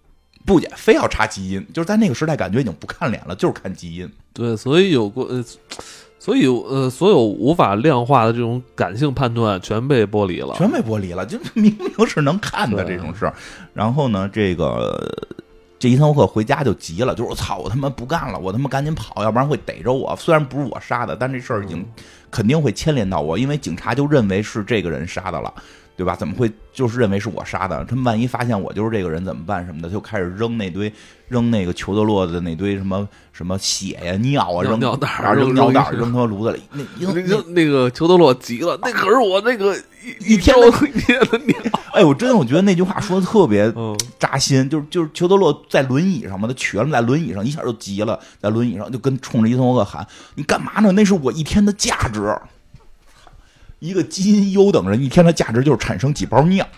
不也非要查基因，就是在那个时代感觉已经不看脸了，就是看基因。 对，所以所有无法量化的这种感性判断全被剥离了， 就明明是能看的这种事儿。然后呢，这伊森霍克回家就急了，就是我操，我他妈不干了，我他妈赶紧跑，要不然会逮着我。虽然不是我杀的，但这事儿已经肯定会牵连到我，因为警察就认为是这个人杀的了。对吧？怎么会就是认为是我杀的？他们万一发现我就是这个人怎么办？什么的，就开始扔那个裘德洛的那堆什么血呀、尿啊，扔尿袋， 扔尿袋，扔他炉子里。 那个裘德洛急了，那可是我那个一天的尿。 哎，我觉得那句话说的特别扎心，就是裘德洛在轮椅上嘛，他瘸了，在轮椅上一下就急了，在轮椅上就冲着伊森霍克喊：“你干嘛呢？那是我一天的价值。”一个基因优等人一天的价值就是产生几包尿。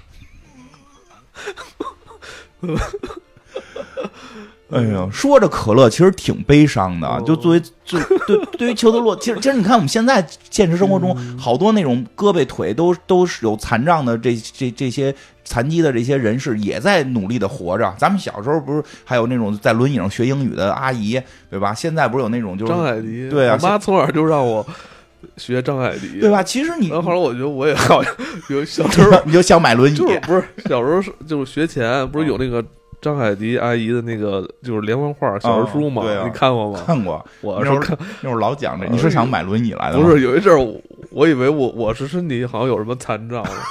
哎呀，说着可乐其实挺悲伤的，就作为对于裘德洛，其实你看我们现在现实生活中好多那种胳膊腿都是有残障的这些残疾的这些人士也在努力的活着。咱们小时候不是还有那种在轮椅上学英语的阿姨，对吧？现在不是有那种就是张海迪， 对啊， 我妈从小就让我学张海迪， 对吧？其实你后来我觉得我也好像有小时候你就想买轮椅， 就是不是小时候就是学前不是有那个张海迪阿姨的那个就是连环画小人书嘛？ 对啊， 你看过吗？ 看过， 我是看那会儿老讲这，你是想买轮椅来的吗？ 不是，有一阵儿我以为我是身体好像有什么残障了。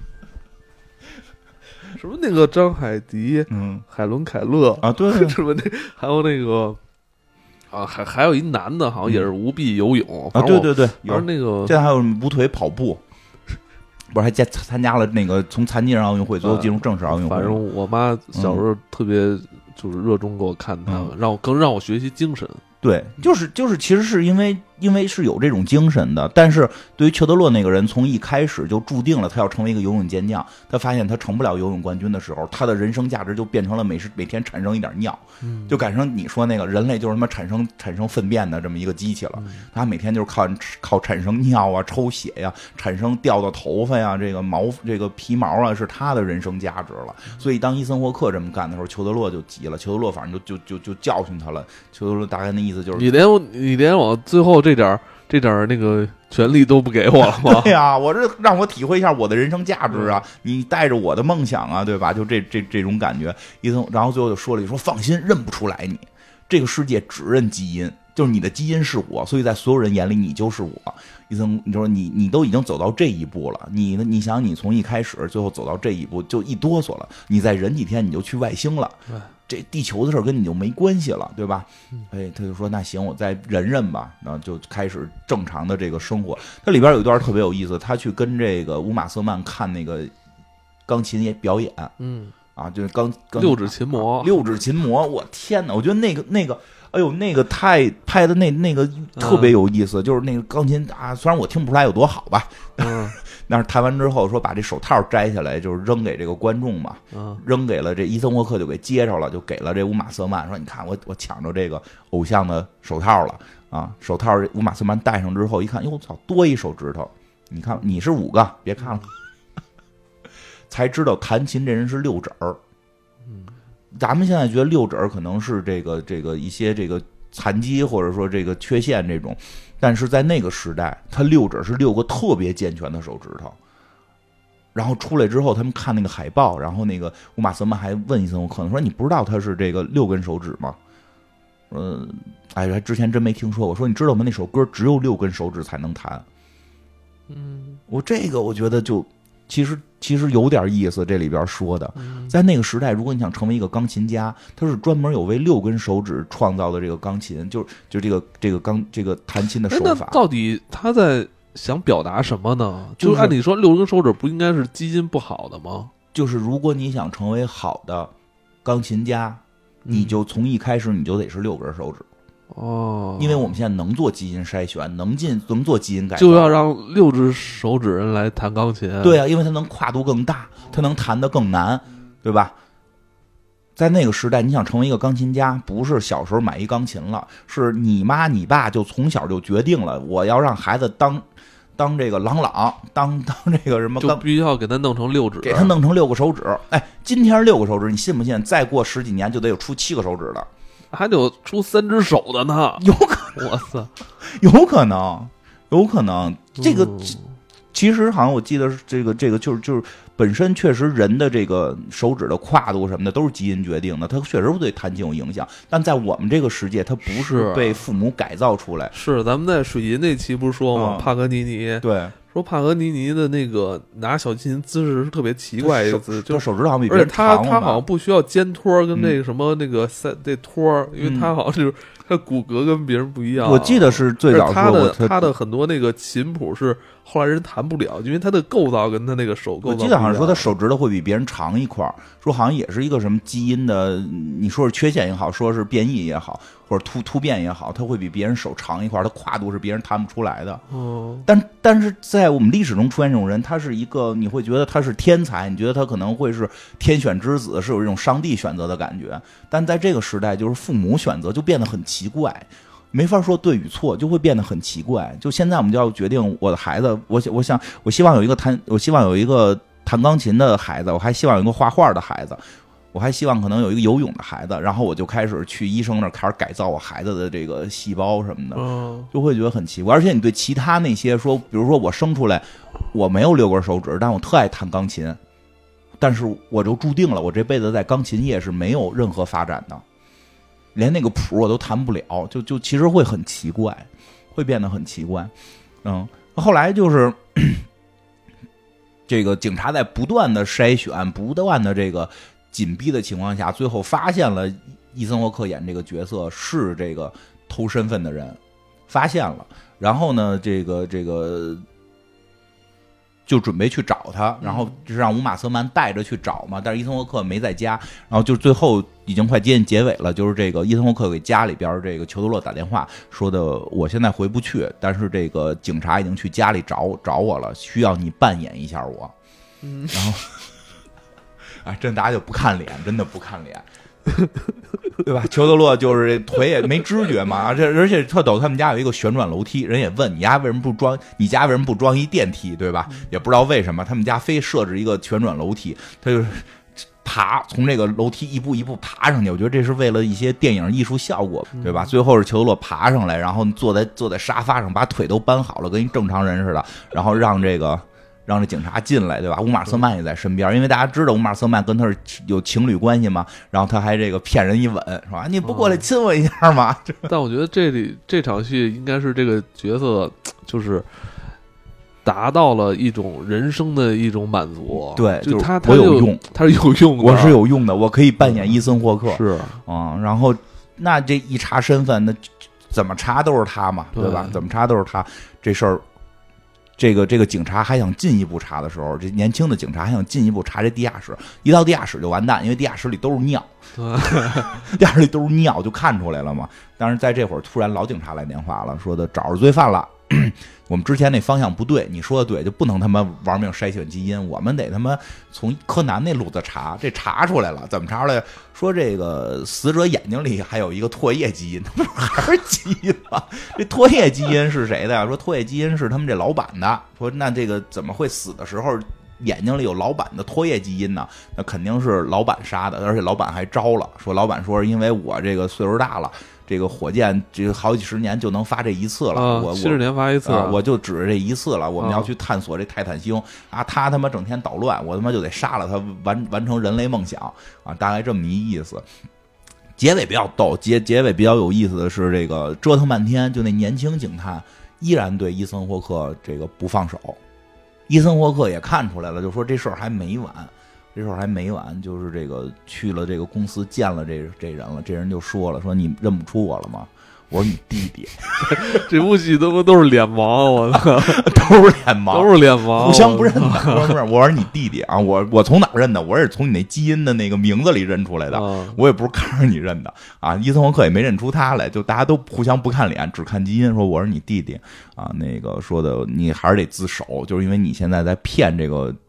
什么那个张海迪，海伦凯勒啊，对， 什么还有那个。啊，还有一男的，好像也是无臂游泳啊，对， 有那个， 现在还有无腿跑步，不是还参加了那个从残疾人奥运会最后进入正式奥运会。 反正我妈小时候特别就是热衷给我看他们，让我学习精神。 对，就是其实是因为是有这种精神的，但是对于裘德洛那个人，从一开始就注定了他要成为一个游泳健将。他发现他成不了游泳冠军的时候，他的人生价值就变成了每天产生一点尿，就改成你说那个人类就是他妈产生粪便的这么一个机器了。他每天就是靠产生尿啊、抽血呀、产生掉的头发呀、这个皮毛啊，是他的人生价值了。所以当伊森霍克这么干的时候，裘德洛就急了。裘德洛反正就教训他了。裘德洛大概那意思就是， 你连我最后这点那个权利都不给我了吗？ 对呀，我这让我体会一下我的人生价值啊！你带着我的梦想啊，对吧？就这种感觉。然后最后就说了一句：“说放心，认不出来你，这个世界只认基因，就是你的基因是我，所以在所有人眼里你就是我。”你说你都已经走到这一步了，你想你从一开始最后走到这一步就一哆嗦了，你再忍几天你就去外星了。这地球的事跟你就没关系了，对吧？哎，他就说那行，我再忍吧，然后就开始正常的这个生活。它里边有一段特别有意思，他去跟这个乌玛瑟曼看那个钢琴表演，就是六指琴魔， 我天哪！我觉得那个，哎呦，那个太拍的那个特别有意思，就是那个钢琴啊，虽然我听不出来有多好吧，但是弹完之后说把这手套摘下来，就是扔给这个观众嘛，扔给了这伊森霍克，就给接着了，就给了这乌玛瑟曼，说你看我抢着这个偶像的手套了啊！手套乌玛瑟曼戴上之后一看，哟操，多一手指头，你看你是5个，别看了，才知道弹琴这人是6指儿。咱们现在觉得6指儿可能是这个一些这个残疾或者说这个缺陷这种。但是在那个时代，他6指是6个特别健全的手指头。然后出来之后，他们看那个海报，然后那个乌玛瑟曼还问伊森霍克说：“你不知道他是这个6根手指吗？”之前真没听说过。说你知道吗？那首歌只有6根手指才能弹。我觉得就其实有点意思，这里边说的，在那个时代，如果你想成为一个钢琴家，他是专门有为6根手指创造的这个钢琴，就这个弹琴的手法。 那到底他在想表达什么呢？就是按理说6根手指不应该是基因不好的吗？ 就是如果你想成为好的钢琴家，你就从一开始你就得是6根手指。因为我们现在能做基因筛选，能做基因改造， 就要让6只手指人来弹钢琴。 对啊，因为它能跨度更大，它能弹得更难，对吧？在那个时代，你想成为一个钢琴家，不是小时候买一钢琴了，是你妈你爸就从小就决定了，我要让孩子当这个朗，当这个什么， 就必须要给他弄成6指， 给他弄成6个手指。哎，今天6个手指，你信不信？再过10几年就得有出7个手指的， 还得有出3只手的呢。 有可能， 我操， 有可能，这个。其实好像我记得是这个就是本身确实人的这个手指的跨度什么的都是基因决定的，它确实会对弹性有影响。但在我们这个世界，它不是被父母改造出来。 是咱们在水银那期不是说吗？帕格尼尼对， 说帕格尼尼的那个拿小提琴姿势是特别奇怪一个姿势， 就手指好像比别人长，而且他好像不需要肩托跟那个什么那个这托，因为他好像就是他骨骼跟别人不一样。 我记得是最早说他的很多那个琴谱是后来人弹不了，因为他的构造跟他那个手构造。 我记得好像说他手指头会比别人长一块，说好像也是一个什么基因的，你说是缺陷也好，说是变异也好，或者突变也好，他会比别人手长一块，他跨度是别人弹不出来的。但是在我们历史中出现这种人，他是一个你会觉得他是天才，你觉得他可能会是天选之子，是有这种上帝选择的感觉。但在这个时代，就是父母选择就变得很奇怪。没法说对与错，就会变得很奇怪。就现在我们就要决定我的孩子，我希望有一个弹钢琴的孩子，我还希望有一个画画的孩子，我还希望可能有一个游泳的孩子，然后我就开始去医生那儿开始改造我孩子的这个细胞什么的，就会觉得很奇怪。而且你对其他那些说，比如说我生出来我没有6根手指，但我特爱弹钢琴，但是我就注定了我这辈子在钢琴业是没有任何发展的。连那个谱我都弹不了，就其实会很奇怪，会变得很奇怪。后来就是这个警察在不断的筛选、不断的这个紧逼的情况下，最后发现了伊森霍克演这个角色是这个偷身份的人，发现了，然后呢，这个就准备去找他，然后就是让乌玛瑟曼带着去找嘛，但是伊森霍克没在家，然后就最后已经快接近结尾了，就是这个伊森霍克给家里边这个裘德洛打电话说的，我现在回不去，但是这个警察已经去家里找我了，需要你扮演一下我。然后真大家就不看脸，真的不看脸。对吧？裘德洛就是腿也没知觉嘛，而且特逗，他们家有一个旋转楼梯，人也问你家为什么不装一电梯，对吧？也不知道为什么他们家非设置一个旋转楼梯，他就是从这个楼梯一步一步爬上去，我觉得这是为了一些电影艺术效果，对吧？最后是裘德洛爬上来，然后坐在沙发上，把腿都搬好了，跟一正常人似的，然后让这警察进来，对吧？乌玛瑟曼也在身边，因为大家知道乌玛瑟曼跟他是有情侣关系嘛，然后他还这个骗人一吻，是吧？你不过来亲我一下吗？ 但我觉得这场戏应该是这个角色就是达到了一种人生的一种满足。 对， 就他有用， 他是有用的， 我是有用的，我可以扮演伊森霍克。 是然后那这一查身份，那怎么查都是他嘛，对吧？怎么查都是他，这事儿。这个警察还想进一步查的时候，这年轻的警察还想进一步查这地下室，一到地下室就完蛋，因为地下室里都是尿，地下室里都是尿，就看出来了嘛。但是在这会儿，突然老警察来电话了，说的找着罪犯了，我们之前那方向不对，你说的对，就不能他妈玩命筛选基因，我们得他妈从柯南那路子查，这查出来了，怎么查出来？说这个死者眼睛里还有一个唾液基因，那不还是基因吗？这唾液基因是谁的呀？说唾液基因是他们这老板的。说那这个怎么会死的时候眼睛里有老板的唾液基因呢？那肯定是老板杀的，而且老板还招了，说老板说因为我这个岁数大了。这个火箭这个好几十年就能发这一次了，我 70年发一次， 我就指着这一次了。我们要去探索这泰坦星啊，他他妈整天捣乱，我他妈就得杀了他，完成人类梦想啊，大概这么一意思。结尾比较逗，结尾比较有意思的是，这个折腾半天，就那年轻警探依然对伊森霍克这个不放手。伊森霍克也看出来了，就说这事儿还没完。这事儿还没完，就是这个去了这个公司见了这人了，这人就说了，说你认不出我了吗？我说你弟弟。 这部戏都是脸盲，我操， 都是脸盲， 互相不认的。我说你弟弟啊，我从哪认的？我是从你那基因的那个名字里认出来的，我也不是看着你认的啊。伊森霍克也没认出他来，就大家都互相不看脸，只看基因，说我是你弟弟啊。那个说的你还是得自首，就是因为你现在在骗这个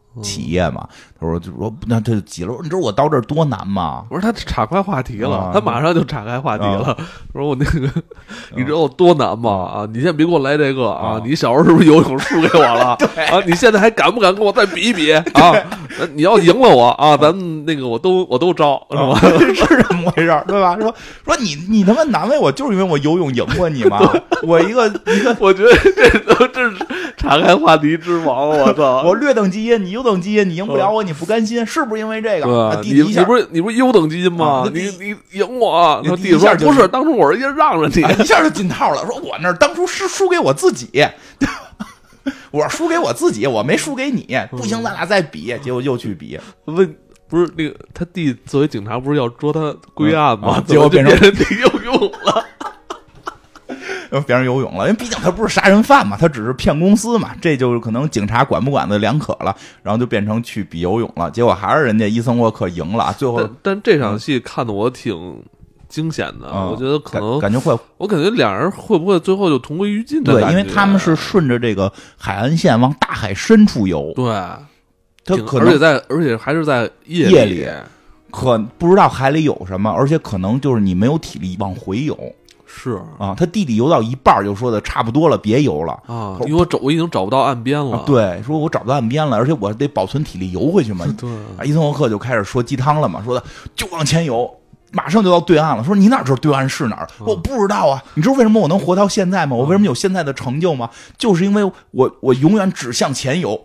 企业嘛。他说那这急了，你知道我到这儿多难吗？ 我说他岔开话题了，他马上就岔开话题了。说我那个，你知道多难吗？你先别给我来这个啊！你小时候是不是游泳输给我了？啊，你现在还敢不敢跟我再比一比啊？你要赢了我啊，咱们那个我都招，是吧？ 是这么回事，对吧？说你他妈难为我，就是因为我游泳赢过你嘛。我一个， 我觉得这是岔开话题之王，我操！ 我劣等基因，你优等基因，你赢不了我，你不甘心，是不是因为这个？ 你不是优等基因吗？你赢我，他弟说不是，当初我是让着你， 一下就进套了。说我那当初是输给我自己，我输给我自己，我没输给你，不行，咱俩再比，结果又去比。 问不是那个他弟作为警察不是要捉他归案吗？ 结果变成游泳了。 变成游泳了，因为毕竟他不是杀人犯嘛，他只是骗公司嘛，这就是可能警察管不管的两可了，然后就变成去比游泳了，结果还是人家伊森沃克赢了，最后但这场戏看得我挺惊险的，我觉得可能感觉会， 我感觉两人会不会最后就同归于尽的？ 对，因为他们是顺着这个海岸线往大海深处游， 对， 他可能而且还是在夜里，可不知道海里有什么，而且可能就是你没有体力往回游。 是啊，他弟弟游到一半就说的差不多了，别游了啊，因为我已经找不到岸边了。 对，说我找不到岸边了，而且我得保存体力游回去嘛。 对， 伊森沃克就开始说鸡汤了嘛，说的就往前游，马上就到对岸了。说你哪知道对岸是哪儿？我不知道啊。你知道为什么我能活到现在吗？我为什么有现在的成就吗？就是因为我永远只向前游。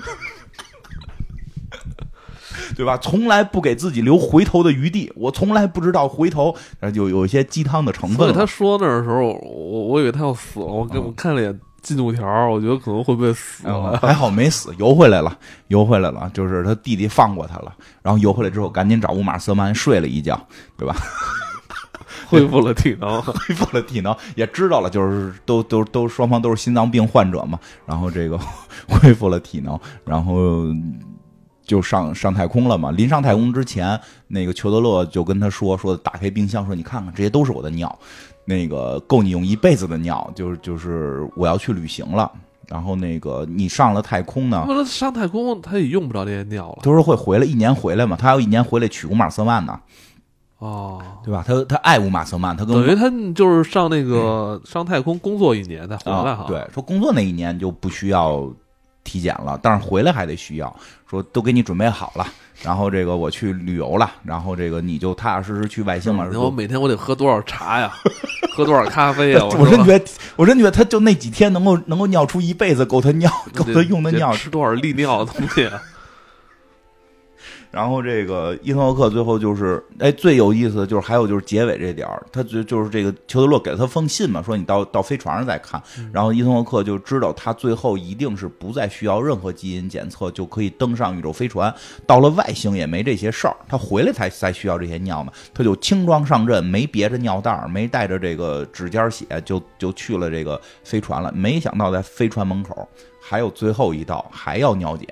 对吧？从来不给自己留回头的余地，我从来不知道回头，有一些鸡汤的成分。 所以他说那的时候，我以为他要死了，我看了眼进度条，我觉得可能会被死了。 还好没死，游回来了，就是他弟弟放过他了，然后游回来之后，赶紧找乌玛瑟曼睡了一觉，对吧？ 恢复了体能，也知道了，就是都双方都是心脏病患者嘛，然后这个恢复了体能，然后就上太空了嘛。临上太空之前，那个裘德勒就跟他说打开冰箱，说你看看这些都是我的尿，那个够你用一辈子的尿，就是我要去旅行了。然后那个你上了太空呢， 上太空他也用不着这些尿了。 他说会回来1年回来嘛，他要1年回来娶乌玛瑟曼呢。 哦， 对吧？他爱乌玛瑟曼，他跟等于他就是上那个上太空工作1年再回来哈。 对，说工作那1年就不需要体检了，但是回来还得需要。说都给你准备好了，然后这个我去旅游了，然后这个你就踏踏实实去外星了。 我每天我得喝多少茶呀，喝多少咖啡呀？ 我真觉得他就那几天能够尿出一辈子够他用的尿， 吃多少利尿的东西啊。 然后这个伊森沃克最后就是最有意思的就是还有就是结尾这点他就是这个裘德洛给了他封信嘛，说你到飞船上再看。然后伊森沃克就知道他最后一定是不再需要任何基因检测就可以登上宇宙飞船，到了外星也没这些事儿，他回来才需要这些尿嘛。他就轻装上阵，没别着尿袋，没带着这个指尖血，就去了这个飞船了。没想到在飞船门口还有最后一道，还要尿检。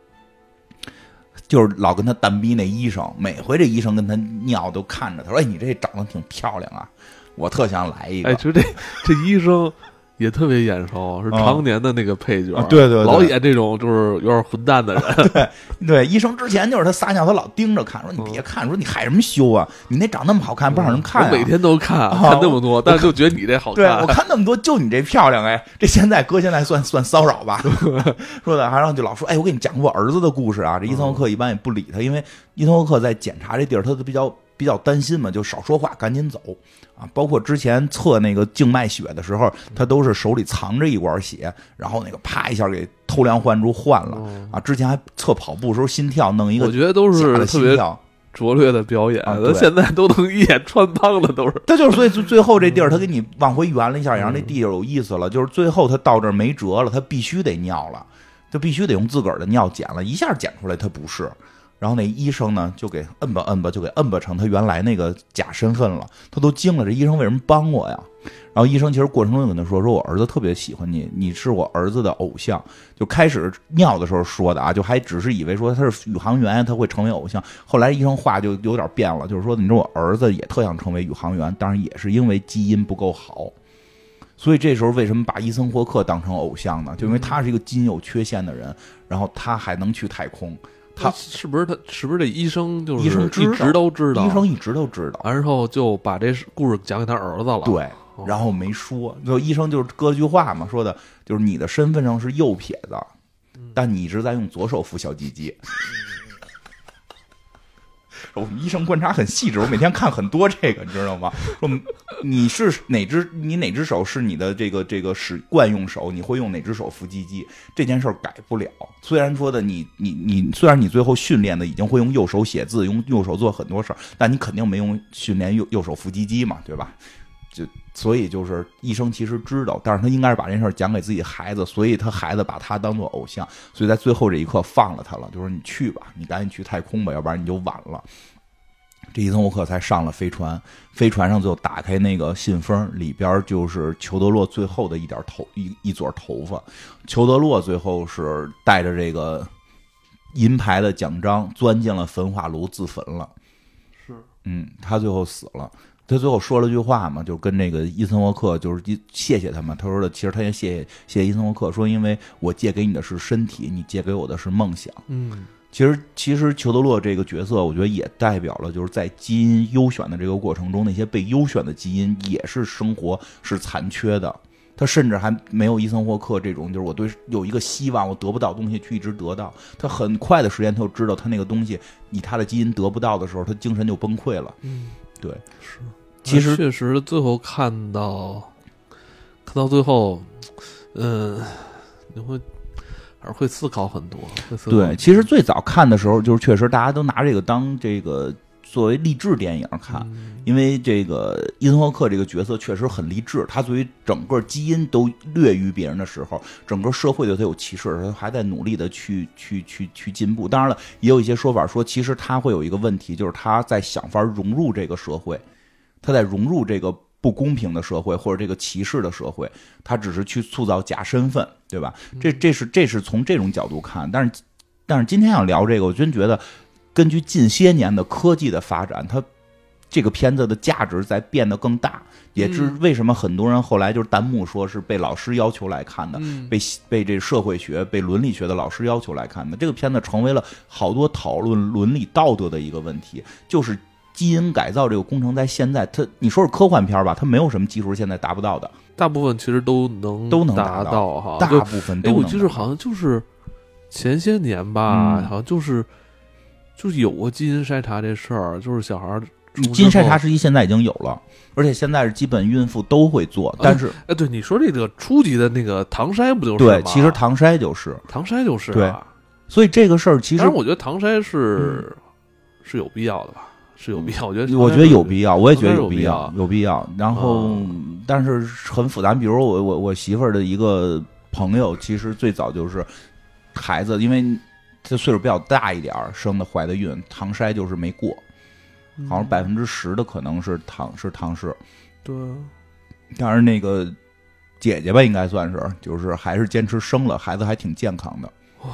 就是老跟他单逼那医生，每回这医生跟他尿都看着他说：“你这长得挺漂亮啊，我特想来一个。” 就这医生也特别眼熟，是常年的那个配角， 对， 老演这种就是有点混蛋的人。对，医生之前就是他撒尿，他老盯着看，说你别看，说你害什么羞啊？你那长那么好看，不让人看。 我每天都看那么多，但是就觉得你这好看。 对，我看那么多，就你这漂亮，这现在算骚扰吧？说的，然后就老说，我给你讲过我儿子的故事啊。这伊森沃克一般也不理他，因为伊森沃克在检查这地儿，他比较担心嘛，就少说话，赶紧走啊！包括之前测那个静脉血的时候，他都是手里藏着一管血，然后那个啪一下给偷梁换柱换了啊！之前还测跑步时候心跳，弄一个我觉得都是特别拙劣的表演，他现在都能一眼穿帮了，都是。 他就是所以最后这地儿，他给你往回圆了一下，也让这地儿有意思了。就是最后他到这儿没辙了，他必须得尿了，就必须得用自个儿的尿检了，一下检出来他不是。然后那医生呢，就给摁吧，就给摁吧成他原来那个假身份了。他都惊了，这医生为什么帮我呀？然后医生其实过程中跟他说我儿子特别喜欢你，你是我儿子的偶像。就开始尿的时候说的啊，就还只是以为说他是宇航员，他会成为偶像。后来医生话就有点变了，就是说你说我儿子也特想成为宇航员，当然也是因为基因不够好。 所以这时候为什么把伊森霍克当成偶像呢？就因为他是一个基因有缺陷的人，然后他还能去太空。他是不是这医生就是医生一直都知道？ 医生一直都知道， 然后就把这故事讲给他儿子了。 对，然后没说，就医生就是搁句话嘛，说的就是你的身份上是右撇子，但你一直在用左手扶小鸡鸡。我们医生观察很细致，我每天看很多这个，你知道吗？说你是哪只手是你的这个惯用手，你会用哪只手扶鸡鸡？这件事儿改不了。虽然说的你虽然你最后训练的已经会用右手写字，用右手做很多事儿，但你肯定没用训练右手扶鸡鸡嘛，对吧？所以就是医生其实知道，但是他应该是把这事儿讲给自己孩子，所以他孩子把他当做偶像，所以在最后这一刻放了他了，就说你去吧，你赶紧去太空吧，要不然你就晚了。这伊森霍克才上了飞船，飞船上就打开那个信封，里边就是裘德洛最后的一撮头发。裘德洛最后是带着这个银牌的奖章钻进了焚化炉自焚了。 是， 他最后死了。他最后说了句话嘛，就跟那个伊森霍克就是谢谢他嘛。他说的，其实他也谢谢伊森霍克，说因为我借给你的是身体，你借给我的是梦想。其实裘德洛这个角色，我觉得也代表了就是在基因优选的这个过程中，那些被优选的基因也是生活是残缺的。他甚至还没有伊森霍克这种，就是我对有一个希望，我得不到东西去一直得到。他很快的时间他就知道他那个东西，以他的基因得不到的时候，他精神就崩溃了。对， 是。 其实确实最后看到最后，你会。还是会思考很多。 对，其实最早看的时候，就是确实大家都拿这个当这个作为励志电影看，因为这个伊森霍克这个角色确实很励志，他作为整个基因都劣于别人的时候，整个社会对他有歧视，他还在努力的去进步。当然了，也有一些说法说，其实他会有一个问题，就是他在想法融入这个社会，他在融入这个不公平的社会或者这个歧视的社会，他只是去塑造假身份，对吧？这是从这种角度看。但是今天要聊这个，我真觉得根据近些年的科技的发展，它这个片子的价值在变得更大，也是为什么很多人后来就是弹幕说是被老师要求来看的，被这社会学、被伦理学的老师要求来看的。这个片子成为了好多讨论伦理道德的一个问题，就是基因改造这个工程在现在，你说是科幻片吧，它没有什么技术现在达不到的， 大部分其实都能达到哈， 大部分都能。 我记得好像就是前些年吧，好像就是有过基因筛查这事儿，就是小孩基因筛查实际现在已经有了，而且现在是基本孕妇都会做。但是对你说这个初级的那个唐筛不就是吗？ 对，其实唐筛就是对， 所以这个事儿其实， 我觉得唐筛是有必要的吧。是有必要，我觉得有必要，我也觉得有必要。然后，但是很复杂。比如我媳妇儿的一个朋友，其实最早就是孩子，因为他岁数比较大一点，生的怀的孕，唐筛就是没过，好像10%的可能是唐氏。 对， 但是那个姐姐吧，应该算是，就是还是坚持生了，孩子还挺健康的。 哇。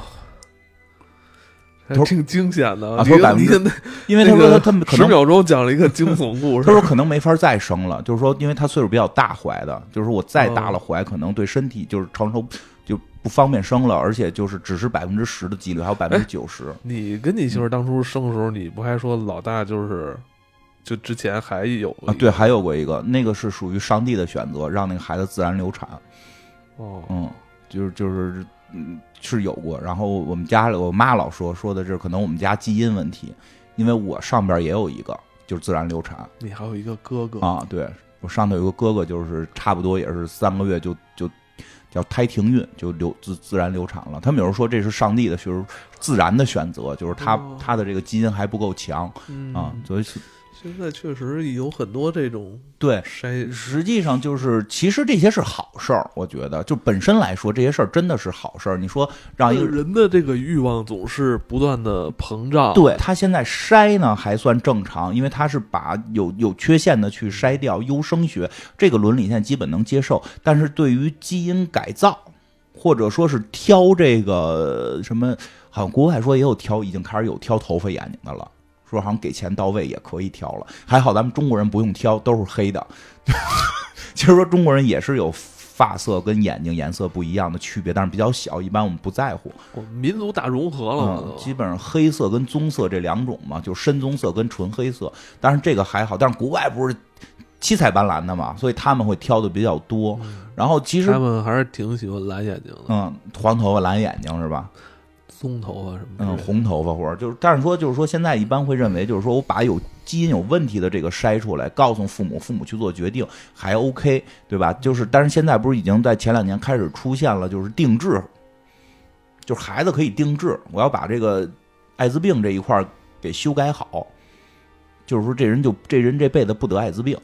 挺惊险的啊！他说%，因为他说他可能 10秒钟讲了一个惊悚故事。 他说可能没法再生了，就是说，因为他岁数比较大怀的，就是说我再大了怀，可能对身体就是承受就不方便生了，而且就是只是10%的几率，还有90%。 你跟你媳妇当初生的时候，你不还说老大就之前还有啊？对，还有过一个，那个是属于上帝的选择，让那个孩子自然流产。就是是有过。然后我们家我妈老说的是可能我们家基因问题，因为我上边也有一个就是自然流产。 你还有一个哥哥啊？对，我上头有个哥哥，就是差不多也是3个月就叫胎停孕，就自然流产了。他们有人说这是上帝的，就是自然的选择，就是他的这个基因还不够强啊，所以。 现在确实有很多这种对实际上就是其实这些是好事儿，我觉得就本身来说这些事儿真的是好事儿。你说让一个人的这个欲望总是不断的膨胀， 对他现在筛呢还算正常，因为他是把有缺陷的去筛掉，优生学这个伦理现在基本能接受，但是对于基因改造或者说是挑这个什么，好像国外说也有已经开始有挑头发眼睛的了。说好像给钱到位也可以挑了，还好咱们中国人不用挑，都是黑的。 其实说中国人也是有发色跟眼睛颜色不一样的区别，但是比较小，一般我们不在乎。 民族大融合了， 基本上黑色跟棕色这两种嘛，就深棕色跟纯黑色。但是这个还好，但是国外不是七彩斑斓的嘛，所以他们会挑的比较多。然后其实他们还是挺喜欢蓝眼睛的， 黄头发蓝眼睛是吧？ 棕头发什么的， 红头发或者就是，但是说就是说，现在一般会认为就是说我把基因有问题的这个筛出来，告诉父母去做决定还 OK， 对吧？就是，但是现在不是已经在前2年开始出现了，就是定制，就是孩子可以定制，我要把这个艾滋病这一块给修改好，就是说这人这辈子不得艾滋病。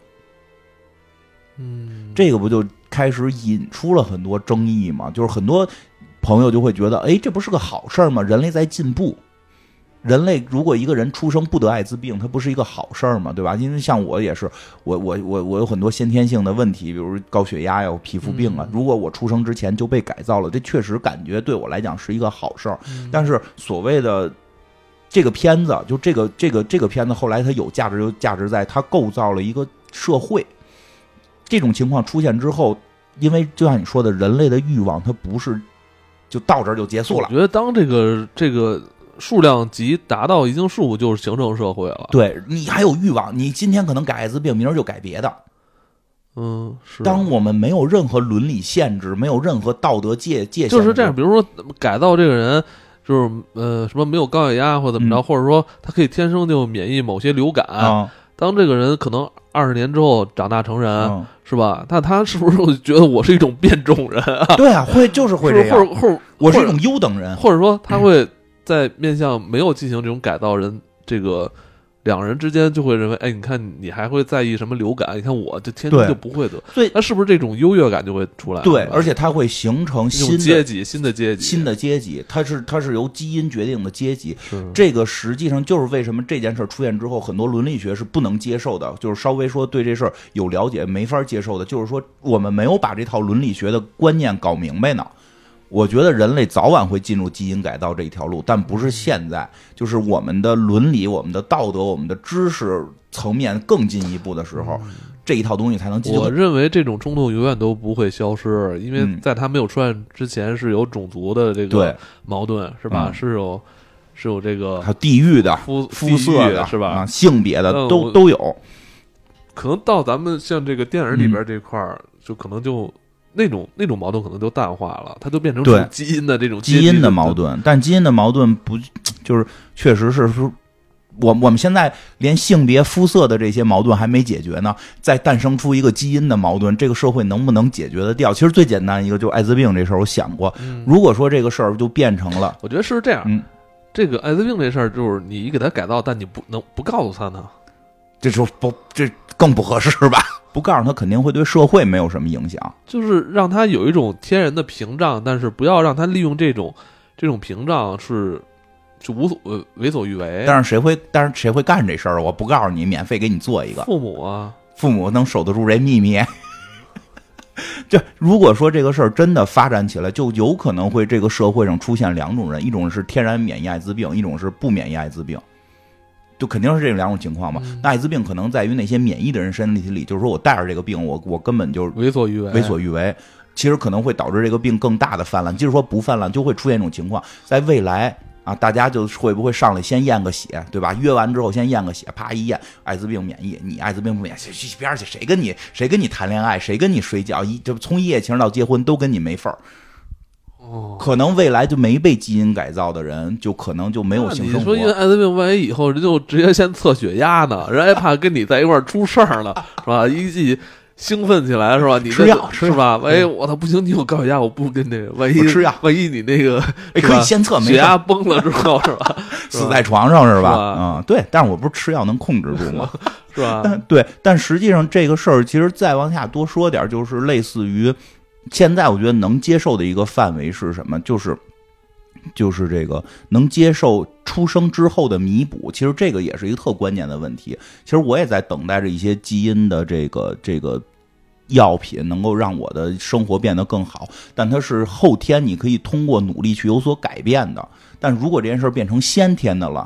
这个不就开始引出了很多争议嘛？就是很多朋友就会觉得，哎，这不是个好事吗？人类在进步。人类如果一个人出生不得艾滋病，它不是一个好事吗？对吧？因为像我也是，我有很多先天性的问题，比如高血压呀、皮肤病啊。如果我出生之前就被改造了，这确实感觉对我来讲是一个好事儿。但是所谓的这个片子，就这个片子后来它有价值，就价值在它构造了一个社会。这种情况出现之后，因为就像你说的，人类的欲望它不是就到这儿就结束了。 我觉得当这个数量级达到一定数，就是形成社会了。 对，你还有欲望，你今天可能改艾滋病，明儿就改别的。 是。 当我们没有任何伦理限制，没有任何道德界限， 就是这样。比如说改造这个人，就是什么没有高血压或者怎么着，或者说他可以天生就免疫某些流感。当这个人可能20年之后长大成人，是吧？那他是不是觉得我是一种变种人啊？ 对啊，会这样， 或者我是一种优等人， 或者说他会在面向没有进行这种改造人，这个两人之间就会认为，哎，你看你还会在意什么流感？你看我这天生就不会得， 所以那是不是这种优越感就会出来？ 对，而且它会形成新的阶级，它是由基因决定的阶级。这个实际上就是为什么这件事出现之后，很多伦理学是不能接受的，就是稍微说对这事儿有了解没法接受的，就是说我们没有把这套伦理学的观念搞明白呢。我觉得人类早晚会进入基因改造这一条路，但不是现在。就是我们的伦理、我们的道德、我们的知识层面更进一步的时候，这一套东西才能进入。 我认为这种冲突永远都不会消失，因为在它没有出现之前是有种族的这个矛盾，是吧？是有这个还有地域的、肤色的，是吧？性别的都有。 可能到咱们像这个电影里边这块就可能就。那种矛盾可能就淡化了，它就变成基因的这种基因的矛盾。但基因的矛盾不就是确实是说，我们现在连性别肤色的这些矛盾还没解决呢，再诞生出一个基因的矛盾，这个社会能不能解决得掉？其实最简单一个就是艾滋病这事儿，我想过，如果说这个事儿就变成了， 我觉得是这样。这个艾滋病这事儿就是你给他改造，但你不告诉他呢， 这更不合适吧？不告诉他肯定会对社会没有什么影响， 就是让他有一种天然的屏障，但是不要让他利用这种屏障就为所欲为。 但是谁会干这事儿？我不告诉你，免费给你做一个。 父母啊， 父母能守得住这秘密？这如果说这个事儿真的发展起来，就有可能会这个社会上出现2种人，一种是天然免疫艾滋病，一种是不免疫艾滋病。就肯定是这2种情况嘛。那艾滋病可能在于那些免疫的人身体里，就是说我带着这个病，我根本就为所欲为，其实可能会导致这个病更大的泛滥。即使说不泛滥，就会出现一种情况，在未来啊，大家就会不会上来先验个血，对吧？约完之后先验个血，啪一验，艾滋病免疫，你艾滋病不免疫，去边去，谁跟你谈恋爱，谁跟你睡觉，就从一夜情到结婚都跟你没份儿。可能未来就没被基因改造的人，就可能就没有性生活。 你说因为艾滋病，万一以后人就直接先测血压呢？人还怕跟你在一块儿出事儿呢，是吧？一记兴奋起来，是吧？你吃药是吧？万一我操不行，你有高血压，我不跟那个，万一吃药， 万一你那个可以先测， 血压崩了之后是吧？ 死在床上是吧？对，但是我不是吃药能控制住吗？ 是吧？ 但实际上这个事儿，其实再往下多说点，就是类似于。现在我觉得能接受的一个范围是什么？就是这个能接受出生之后的弥补。其实这个也是一个特关键的问题。其实我也在等待着一些基因的这个药品能够让我的生活变得更好，但它是后天你可以通过努力去有所改变的。但如果这件事变成先天的了，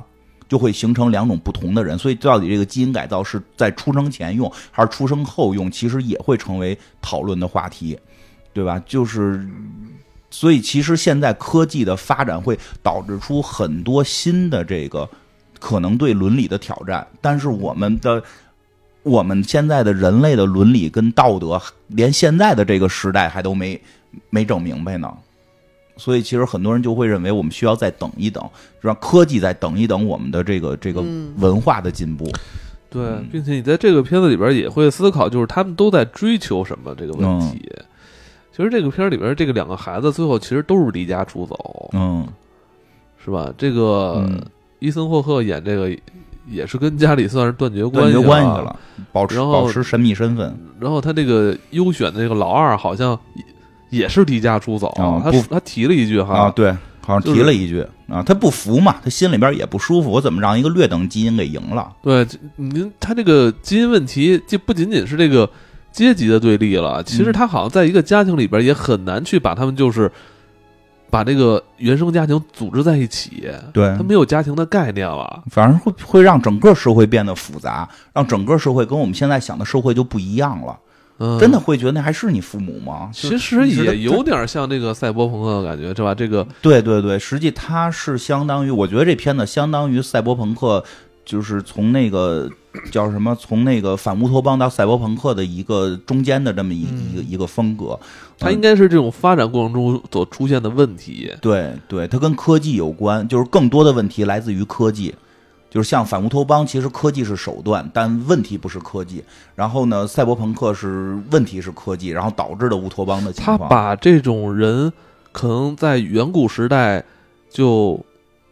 就会形成两种不同的人。所以到底这个基因改造是在出生前用还是出生后用，其实也会成为讨论的话题，对吧？就是所以其实现在科技的发展会导致出很多新的这个可能对伦理的挑战，但是我们现在的人类的伦理跟道德连现在的这个时代还都没整明白呢。所以其实很多人就会认为我们需要再等一等，让科技再等一等我们的这个文化的进步。 对，并且你在这个片子里边也会思考，就是他们都在追求什么这个问题。其实这个片里边这个两个孩子最后其实都是离家出走，是吧？这个伊森霍克演这个也是跟家里算是断绝关系了，保持神秘身份。 然后他这个优选的这个老二好像也是离家出走，他提了一句哈， 对，好像提了一句他不服嘛，他心里边也不舒服，我怎么让一个劣等基因给赢了？ 对，他这个基因问题，就不仅仅是这个阶级的对立了，其实他好像在一个家庭里边也很难去把他们就是把这个原生家庭组织在一起， 对， 他没有家庭的概念了， 反而会让整个社会变得复杂，让整个社会跟我们现在想的社会就不一样了。真的会觉得那还是你父母吗？ 其实也有点像这个赛博朋克的感觉，是吧？这个对，实际它是相当于，我觉得这片子相当于赛博朋克，就是从那个叫什么，从那个反乌托邦到赛博朋克的一个中间的这么一个风格。 它应该是这种发展过程中所出现的问题。 对，它跟科技有关，就是更多的问题来自于科技。就是像反乌托邦，其实科技是手段，但问题不是科技。然后呢，赛博朋克是问题是科技，然后导致的乌托邦的情况。 他把这种人可能在远古时代就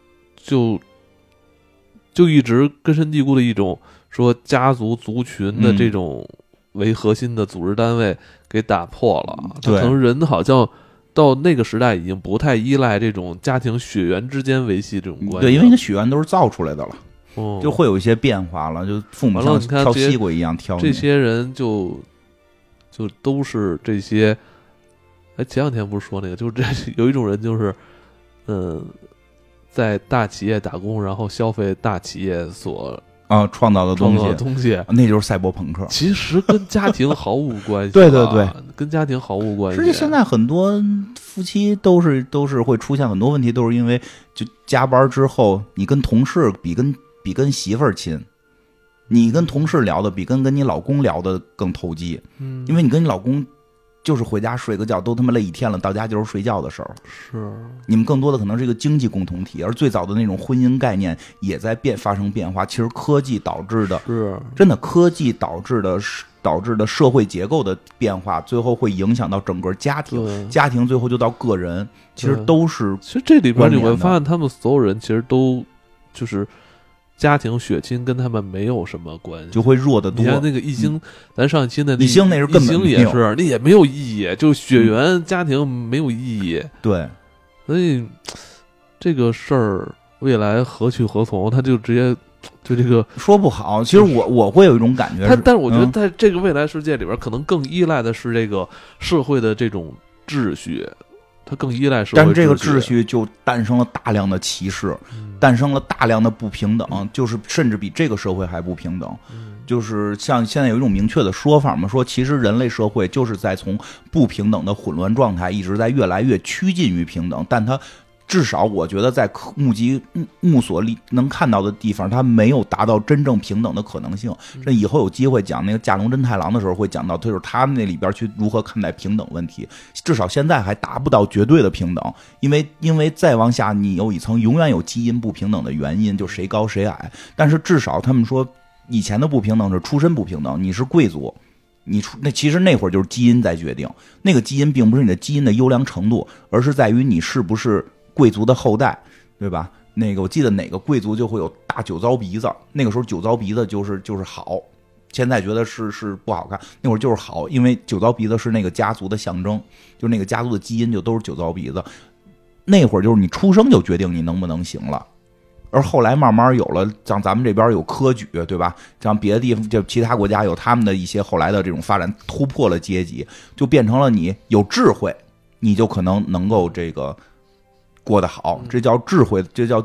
一直根深蒂固的一种说家族族群的这种为核心的组织单位给打破了。 对， 可能人好像到那个时代已经不太依赖这种家庭血缘之间维系这种关系。 对，因为你的血缘都是造出来的了。就会有一些变化了，就父母像挑西瓜一样挑。 这些人就都是这些。前两天不是说那个，就是有一种人就是，在大企业打工，然后消费大企业所创造的东西，那就是赛博朋克。 其实跟家庭毫无关系。 对， 跟家庭毫无关系。 实际现在很多夫妻都是会出现很多问题，都是因为就加班之后，你跟同事比跟媳妇儿亲，你跟同事聊的比跟你老公聊的更投机。因为你跟你老公就是回家睡个觉，都他妈累一天了，到家就是睡觉的时候。 是， 你们更多的可能是一个经济共同体，而最早的那种婚姻概念也在发生变化。其实科技导致的， 是真的科技导致的社会结构的变化，最后会影响到整个家庭，家庭最后就到个人，其实都是。 其实这里边你会发现，他们所有人其实都就是家庭血亲跟他们没有什么关系， 就会弱得多。 你看那个异星，咱上一期的异星那是根本也是，那也没有意义，就血缘家庭没有意义。 对， 所以这个事儿未来何去何从，他就直接就这个说不好。其实我会有一种感觉， 但是我觉得在这个未来世界里边，可能更依赖的是这个社会的这种秩序。它更依赖社会秩序， 但这个秩序就诞生了大量的歧视，诞生了大量的不平等，就是甚至比这个社会还不平等。就是像现在有一种明确的说法嘛，说其实人类社会就是在从不平等的混乱状态，一直在越来越趋近于平等，但它至少我觉得在目所能看到的地方，它没有达到真正平等的可能性。这以后有机会讲那个架龙真太郎的时候会讲到，就是他那里边去如何看待平等问题。至少现在还达不到绝对的平等，因为再往下你有一层永远有基因不平等的原因，就谁高谁矮。但是至少他们说以前的不平等是出身不平等，你是贵族。其实那会儿就是基因在决定，那个基因并不是你的基因的优良程度，而是在于你是不是贵族的后代，对吧？那个我记得哪个贵族就会有大酒糟鼻子，那个时候酒糟鼻子就是好，现在觉得是不好看，那会儿就是好，因为酒糟鼻子是那个家族的象征，就是那个家族的基因就都是酒糟鼻子。那会儿就是你出生就决定你能不能行了，而后来慢慢有了，像咱们这边有科举，对吧？像别的地方就其他国家有他们的一些后来的这种发展，突破了阶级，就变成了你有智慧，你就可能够这个过得好，这叫智慧，这叫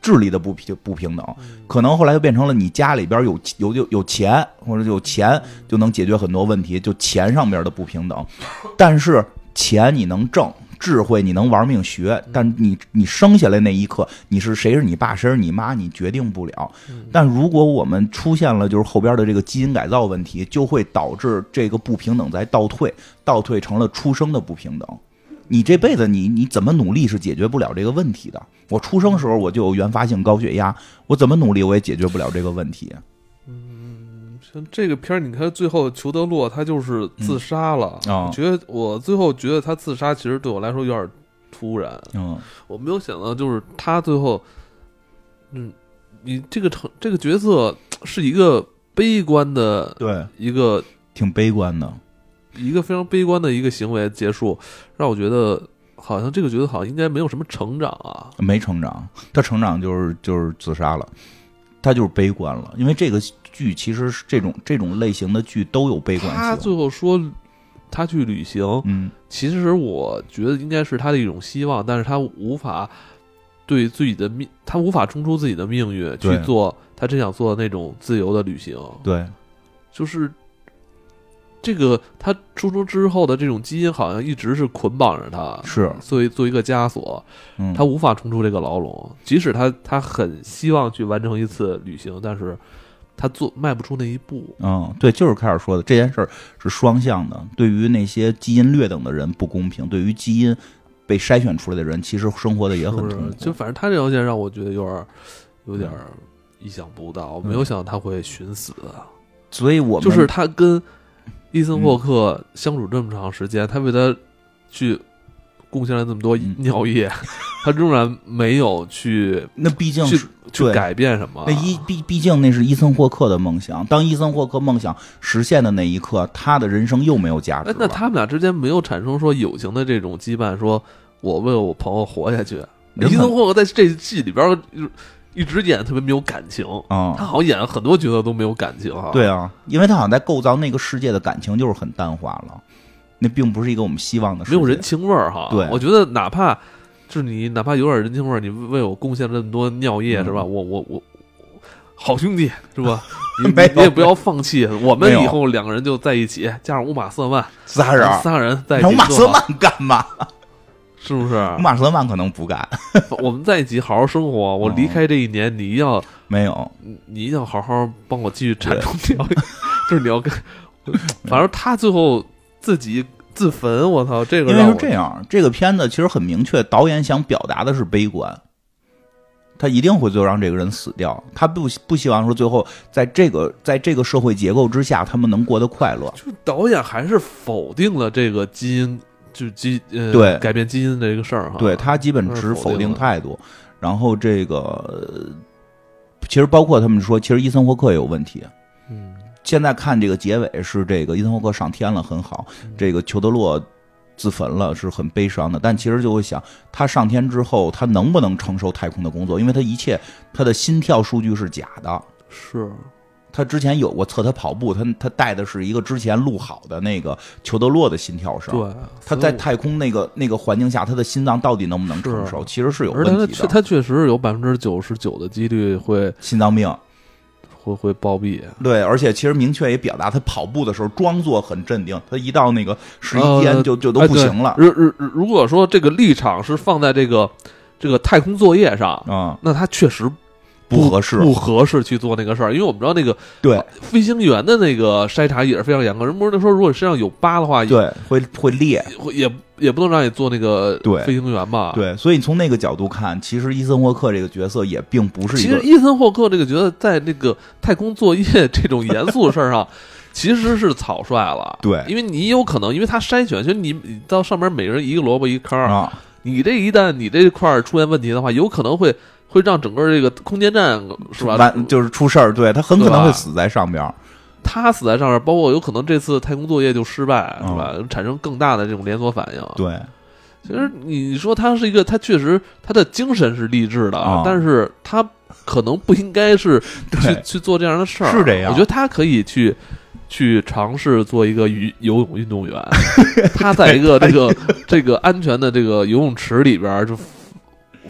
智力的不平等，可能后来就变成了你家里边有钱，或者有钱就能解决很多问题，就钱上边的不平等。但是钱你能挣，智慧你能玩命学，但你生下来那一刻，谁是你爸谁是你妈，你决定不了。但如果我们出现了就是后边的这个基因改造问题，就会导致这个不平等在倒退成了出生的不平等。你这辈子你怎么努力是解决不了这个问题的。我出生时候我就有原发性高血压，我怎么努力我也解决不了这个问题。 像这个片儿，你看最后裘德洛他就是自杀了。我最后觉得他自杀其实对我来说有点突然。我没有想到就是他最后，你这个角色是一个悲观的， 对， 一个挺悲观的。 一个非常悲观的一个行为结束，让我觉得好像这个角色好像应该没有什么成长啊。 没成长，他成长就是自杀了，他就是悲观了。因为这个剧其实是这种类型的剧都有悲观性。 他最后说他去旅行，其实我觉得应该是他的一种希望，但是他无法对自己的他无法冲出自己的命运去做他真想做的那种自由的旅行。 对， 就是。这个他出生之后的这种基因好像一直是捆绑着他， 是做一个枷锁，他无法冲出这个牢笼。即使他很希望去完成一次旅行，但是他迈不出那一步。 对，就是开始说的这件事是双向的。对于那些基因劣等的人不公平，对于基因被筛选出来的人，其实生活的也很痛苦。 就反正他这条线让我觉得有点意想不到，我没有想到他会寻死。 所以我们就是他跟伊森霍克相处这么长时间，他为他去贡献了这么多尿液，他仍然没有去， 那毕竟去改变什么。 毕竟那是伊森霍克的梦想。当伊森霍克梦想实现的那一刻，他的人生又没有价值了。 那他们俩之间没有产生说友情的这种羁绊，说我为我朋友活下去。伊森霍克在这戏里边一直演特别没有感情他好像演了很多角色都没有感情对啊，因为他好像在构造那个世界的感情就是很淡化了，那并不是一个我们希望的世界， 没有人情味儿对， 我觉得哪怕有点人情味儿，你为我贡献了这么多尿液是吧？我好兄弟是吧？你也不要放弃，我们以后2个人就在一起，加上乌玛瑟曼仨人在一起。 乌玛瑟曼干嘛？ 是不是？ 乌玛瑟曼可能不干。 我们在一起好好生活。我离开这一年，你要没有？ 你一定要好好帮我继续产出尿液。就是你要跟，反正他最后自己自焚。我操，这个因为是这样，这个片子其实很明确，导演想表达的是悲观。他一定会最后让这个人死掉，他不希望说最后在这个社会结构之下，他们能过得快乐。 就导演还是否定了这个基因。就是对改变基因的这个事儿哈， 对他基本持否定态度。然后这个其实包括他们说，其实伊森霍克也有问题。现在看这个结尾是这个伊森霍克上天了，很好。这个裘德洛自焚了，是很悲伤的。但其实就会想，他上天之后，他能不能承受太空的工作？因为他的心跳数据是假的。 是。 他之前有过测他跑步，他带的是一个之前录好的那个裘德洛的心跳声。 对， 他在太空那个环境下，他的心脏到底能不能承受？其实是有问题的。 他确实有99%的几率会心脏病， 会暴毙。 对，而且其实明确也表达，他跑步的时候装作很镇定，他一到那个11天就都不行了。 如果说这个立场是放在这个太空作业上那他确实。不合适去做那个事儿，因为我们知道那个对飞行员的那个筛查也是非常严格。人不是说，如果你身上有疤的话， 对会裂， 也不能让你做那个飞行员嘛。 对，所以从那个角度看，其实伊森霍克这个角色也并不是一个。 其实伊森霍克这个角色在那个太空作业这种严肃的事儿上，其实是草率了。 对， 因为你有可能，因为他筛选，就是你到上面每人一个萝卜一坑你一旦你这块出现问题的话，有可能会让整个这个空间站是吧， 就是出事儿。对，他很可能会死在上边。 他死在上面，包括有可能这次太空作业就失败，是吧？产生更大的这种连锁反应。 对， 其实你说他是一个，他确实他的精神是励志的，但是他可能不应该是去做这样的事儿。 是这样， 我觉得他可以去尝试做一个游泳运动员。他在一个这个安全的这个游泳池里边就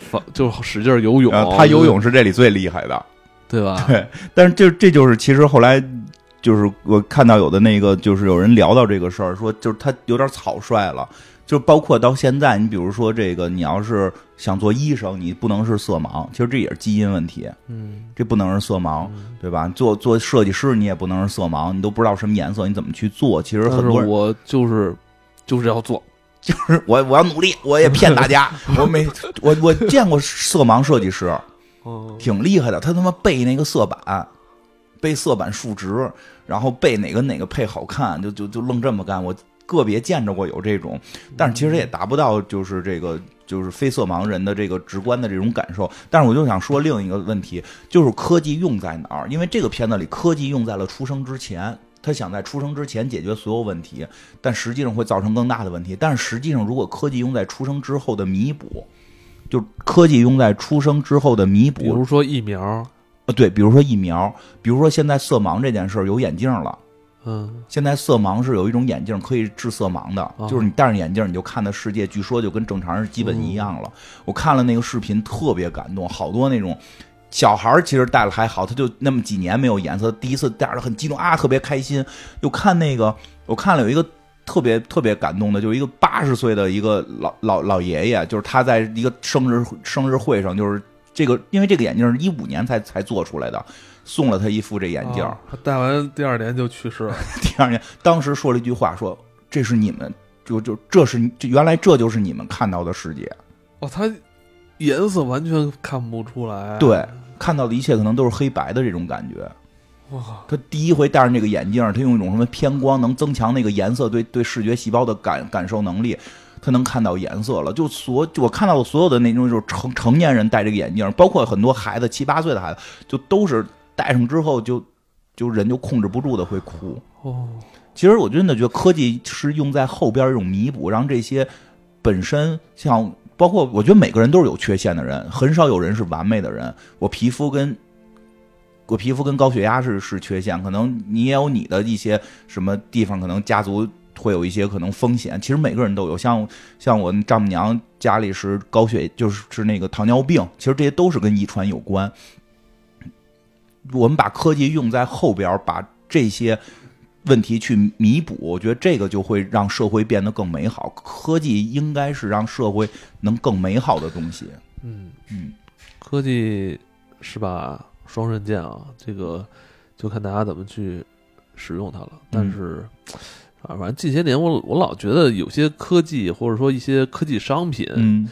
就使劲游泳， 他游泳是这里最厉害的， 对吧？ 对，但是这就是其实后来就是我看到有的那个就是有人聊到这个事儿，说就是他有点草率了。就包括到现在，你比如说这个，你要是想做医生，你不能是色盲，其实这也是基因问题。这不能是色盲，对吧？做设计师你也不能是色盲，你都不知道什么颜色，你怎么去做？其实很多人我就是要做， 就是我要努力，我也骗大家，我见过色盲设计师，挺厉害的，他妈背那个色板，背色板数值，然后背哪个配好看，就愣这么干。我个别见着过有这种，但是其实也达不到就是这个就是非色盲人的这个直观的这种感受。但是我就想说另一个问题，就是科技用在哪儿？因为这个片子里科技用在了出生之前，他想在出生之前解决所有问题，但实际上会造成更大的问题。但是实际上如果科技用在出生之后的弥补，就科技用在出生之后的弥补， 比如说疫苗， 对，比如说疫苗，比如说现在色盲这件事儿有眼镜了。现在色盲是有一种眼镜可以治色盲的，就是你戴上眼镜你就看的世界据说就跟正常人基本一样了。我看了那个视频特别感动，好多那种小孩其实戴了还好，他就那么几年没有颜色，第一次戴着很激动啊，特别开心。又看那个，我看了有一个特别感动的，就是一个80岁的一个老爷爷，就是他在一个生日会上，就是这个因为这个眼镜是15年才做出来的。送了他一副这眼镜， 他戴完第2年就去世了。 第2年，当时说了一句话，说：“这是你们，原来这就是你们看到的世界。” 他颜色完全看不出来， 对，看到的一切可能都是黑白的这种感觉。他第一回戴上这个眼镜，他用一种什么偏光，能增强那个颜色对视觉细胞的感受能力。他能看到颜色了，就我看到的所有的那种就是成年人戴这个眼镜，包括很多孩子7、8岁的孩子，就都是。戴上之后就人就控制不住的会哭。其实我真的觉得科技是用在后边一种弥补，让这些本身像包括我觉得每个人都是有缺陷的人，很少有人是完美的人。我皮肤跟高血压是缺陷，可能你也有你的一些什么地方，可能家族会有一些可能风险。其实每个人都有，像我丈母娘家里是高血，就是那个糖尿病，其实这些都是跟遗传有关。我们把科技用在后边，把这些问题去弥补，我觉得这个就会让社会变得更美好。科技应该是让社会能更美好的东西。 科技是把双刃剑啊，这个就看大家怎么去使用它了。但是反正近些年我老觉得有些科技或者说一些科技商品，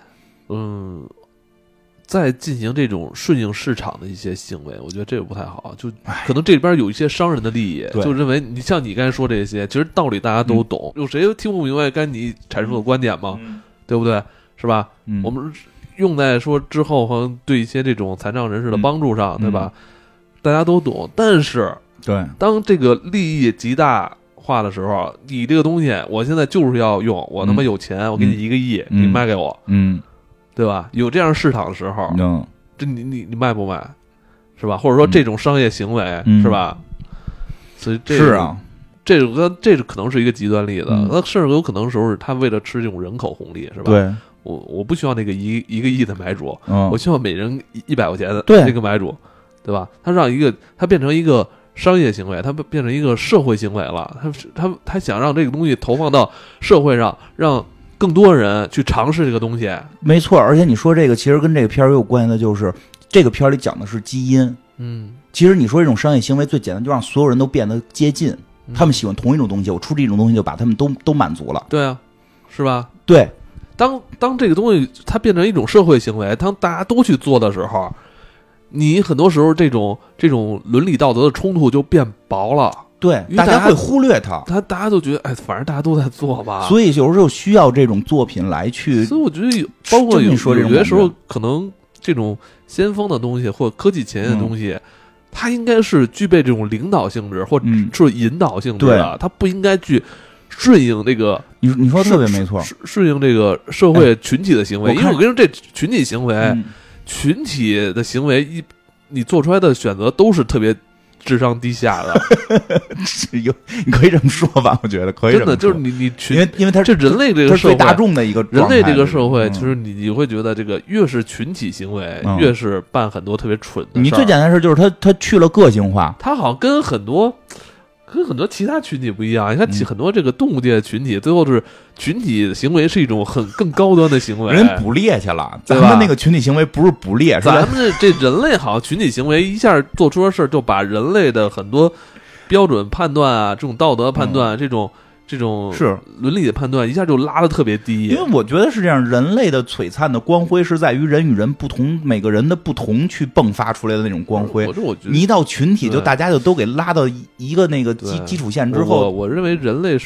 在进行这种顺应市场的一些行为，我觉得这个不太好。就可能这里边有一些商人的利益，就认为你像你刚才说这些，其实道理大家都懂，有谁听不明白该你阐述的观点吗？对不对？是吧？我们用在说之后好像对一些这种残障人士的帮助上，对吧？大家都懂，但是对， 当这个利益极大化的时候，你这个东西我现在就是要用，我他妈有钱，我给你1个亿，你卖给我，对吧？有这样市场的时候，这你卖不卖，是吧？或者说这种商业行为，是吧？所以是啊， 这可能是一个极端例子，那甚至有可能时候是他为了吃这种人口红利，是吧？ 对， 我不需要那个1个亿的买主，我希望每人100块钱的那个买主，对吧？他变成一个商业行为，他变成一个社会行为了，他想让这个东西投放到社会上，让更多人去尝试这个东西。 没错，而且你说这个其实跟这个片儿有关系的，就是这个片儿里讲的是基因。其实你说这种商业行为最简单，就让所有人都变得接近，他们喜欢同一种东西，我出这种东西就把他们都满足了。 对啊，是吧？ 对， 当这个东西它变成一种社会行为，当大家都去做的时候，你很多时候这种伦理道德的冲突就变薄了。 对，大家会忽略它， 大家都觉得，反正大家都在做吧。 所以有时候需要这种作品来去。 所以我觉得包括有些时候，可能这种先锋的东西或科技前沿的东西，它应该是具备这种领导性质或者是引导性质的，它不应该去顺应这个。 你说特别没错， 顺应这个社会群体的行为。因为我跟你说，这群体行为，群体的行为，你做出来的选择都是特别智商低下的。 你可以这么说吧，我觉得可以这么说。 真的就是你因为它这人类这个社会大众的一个人类这个社会，其实你会觉得这个越是群体行为，越是办很多特别蠢的事。 你最简单的事就是他去了个性化， 他好像跟很多其他群体不一样。你看很多这个动物界的群体，最后是群体行为是一种更高端的行为。 人捕猎去了，咱们那个群体行为不是捕猎， 咱们这人类好像群体行为一下做出的事，就把人类的很多标准判断啊，这种道德判断，这种是伦理的判断，一下就拉得特别低。 因为我觉得是这样，人类的璀璨的光辉是在于人与人不同，每个人的不同去迸发出来的那种光辉。你一到群体，就大家就都给拉到一个那个基础线之后。 我认为人类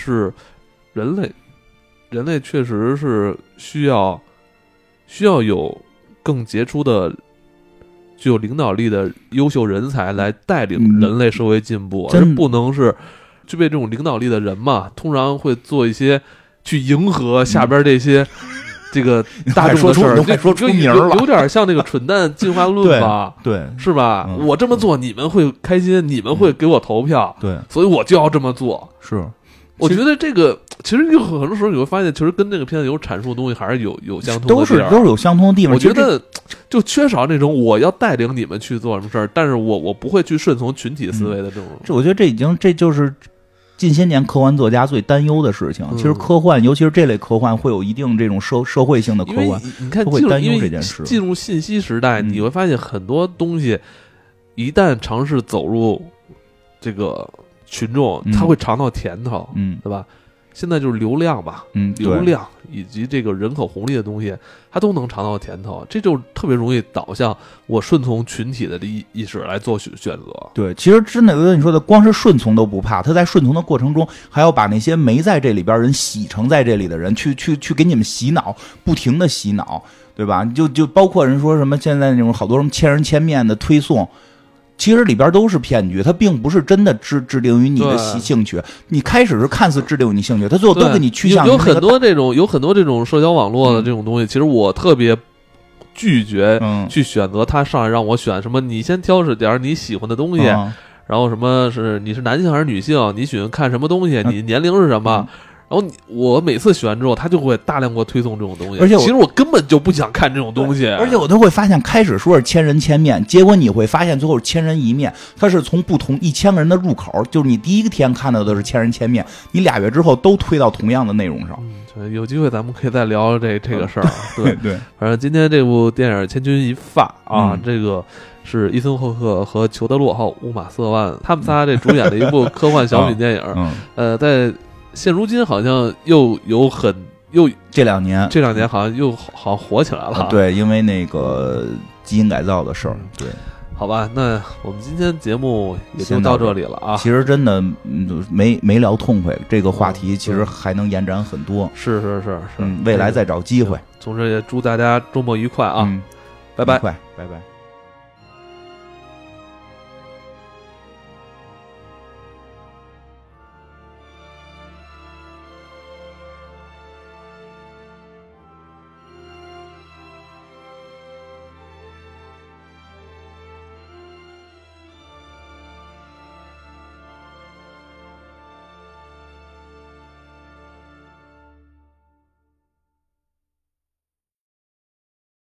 确实是需要有更杰出的、具有领导力的优秀人才来带领人类社会进步，而不能是具备这种领导力的人嘛，通常会做一些去迎合下边这些这个大众的事儿， 说出名了， 有点像那个蠢蛋进化论吧？ 对， 是吧？我这么做你们会开心，你们会给我投票， 对， 所以我就要这么做。 是， 我觉得这个其实有很多时候你会发现，其实跟那个片子有阐述的东西还是有相通的地方，都是有相通的地方。 我觉得就缺少那种我要带领你们去做什么事儿，但是我不会去顺从群体思维的这种。 我觉得这就是近些年科幻作家最担忧的事情。其实科幻，尤其是这类科幻，会有一定这种社会性的科幻， 你看会担忧这件事。 进入信息时代，你会发现很多东西一旦尝试走入这个群众，他会尝到甜头，对吧？现在就是流量吧，流量以及这个人口红利的东西，它都能尝到甜头，这就特别容易导向我顺从群体的意识来做选择。 对，其实真的跟你说的，光是顺从都不怕，他在顺从的过程中，还要把那些没在这里边人洗成在这里的人，去给你们洗脑，不停的洗脑，对吧？就包括人说什么现在那种好多什么千人千面的推送。其实里边都是骗局，它并不是真的制定于你的兴趣。你开始是看似制定于你兴趣，它最后都给你趋向于有很多这种社交网络的这种东西。其实我特别拒绝去选择它上来让我选什么，你先挑点你喜欢的东西，然后什么是你是男性还是女性，你喜欢看什么东西，你年龄是什么。然后我每次选完之后，他就会大量给我推送这种东西， 而且其实我根本就不想看这种东西。 而且我都会发现，开始说是千人千面，结果你会发现最后是千人一面。它是从不同1000个人的入口，就是你第一个天看到的是千人千面，你2月之后都推到同样的内容上。 有机会咱们可以再聊这个事儿。 对， 反正今天这部电影《千钧一发》啊，这个是伊森霍克和裘德洛还有乌玛瑟万他们仨这主演的一部科幻小品电影。在现如今好像又这两年好像又火起来了。 对，因为那个基因改造的事儿。对， 好吧，那我们今天节目也就到这里了啊。 其实真的没聊痛快，这个话题其实还能延展很多。 是， 未来再找机会。 总之也祝大家周末愉快啊！ 拜拜。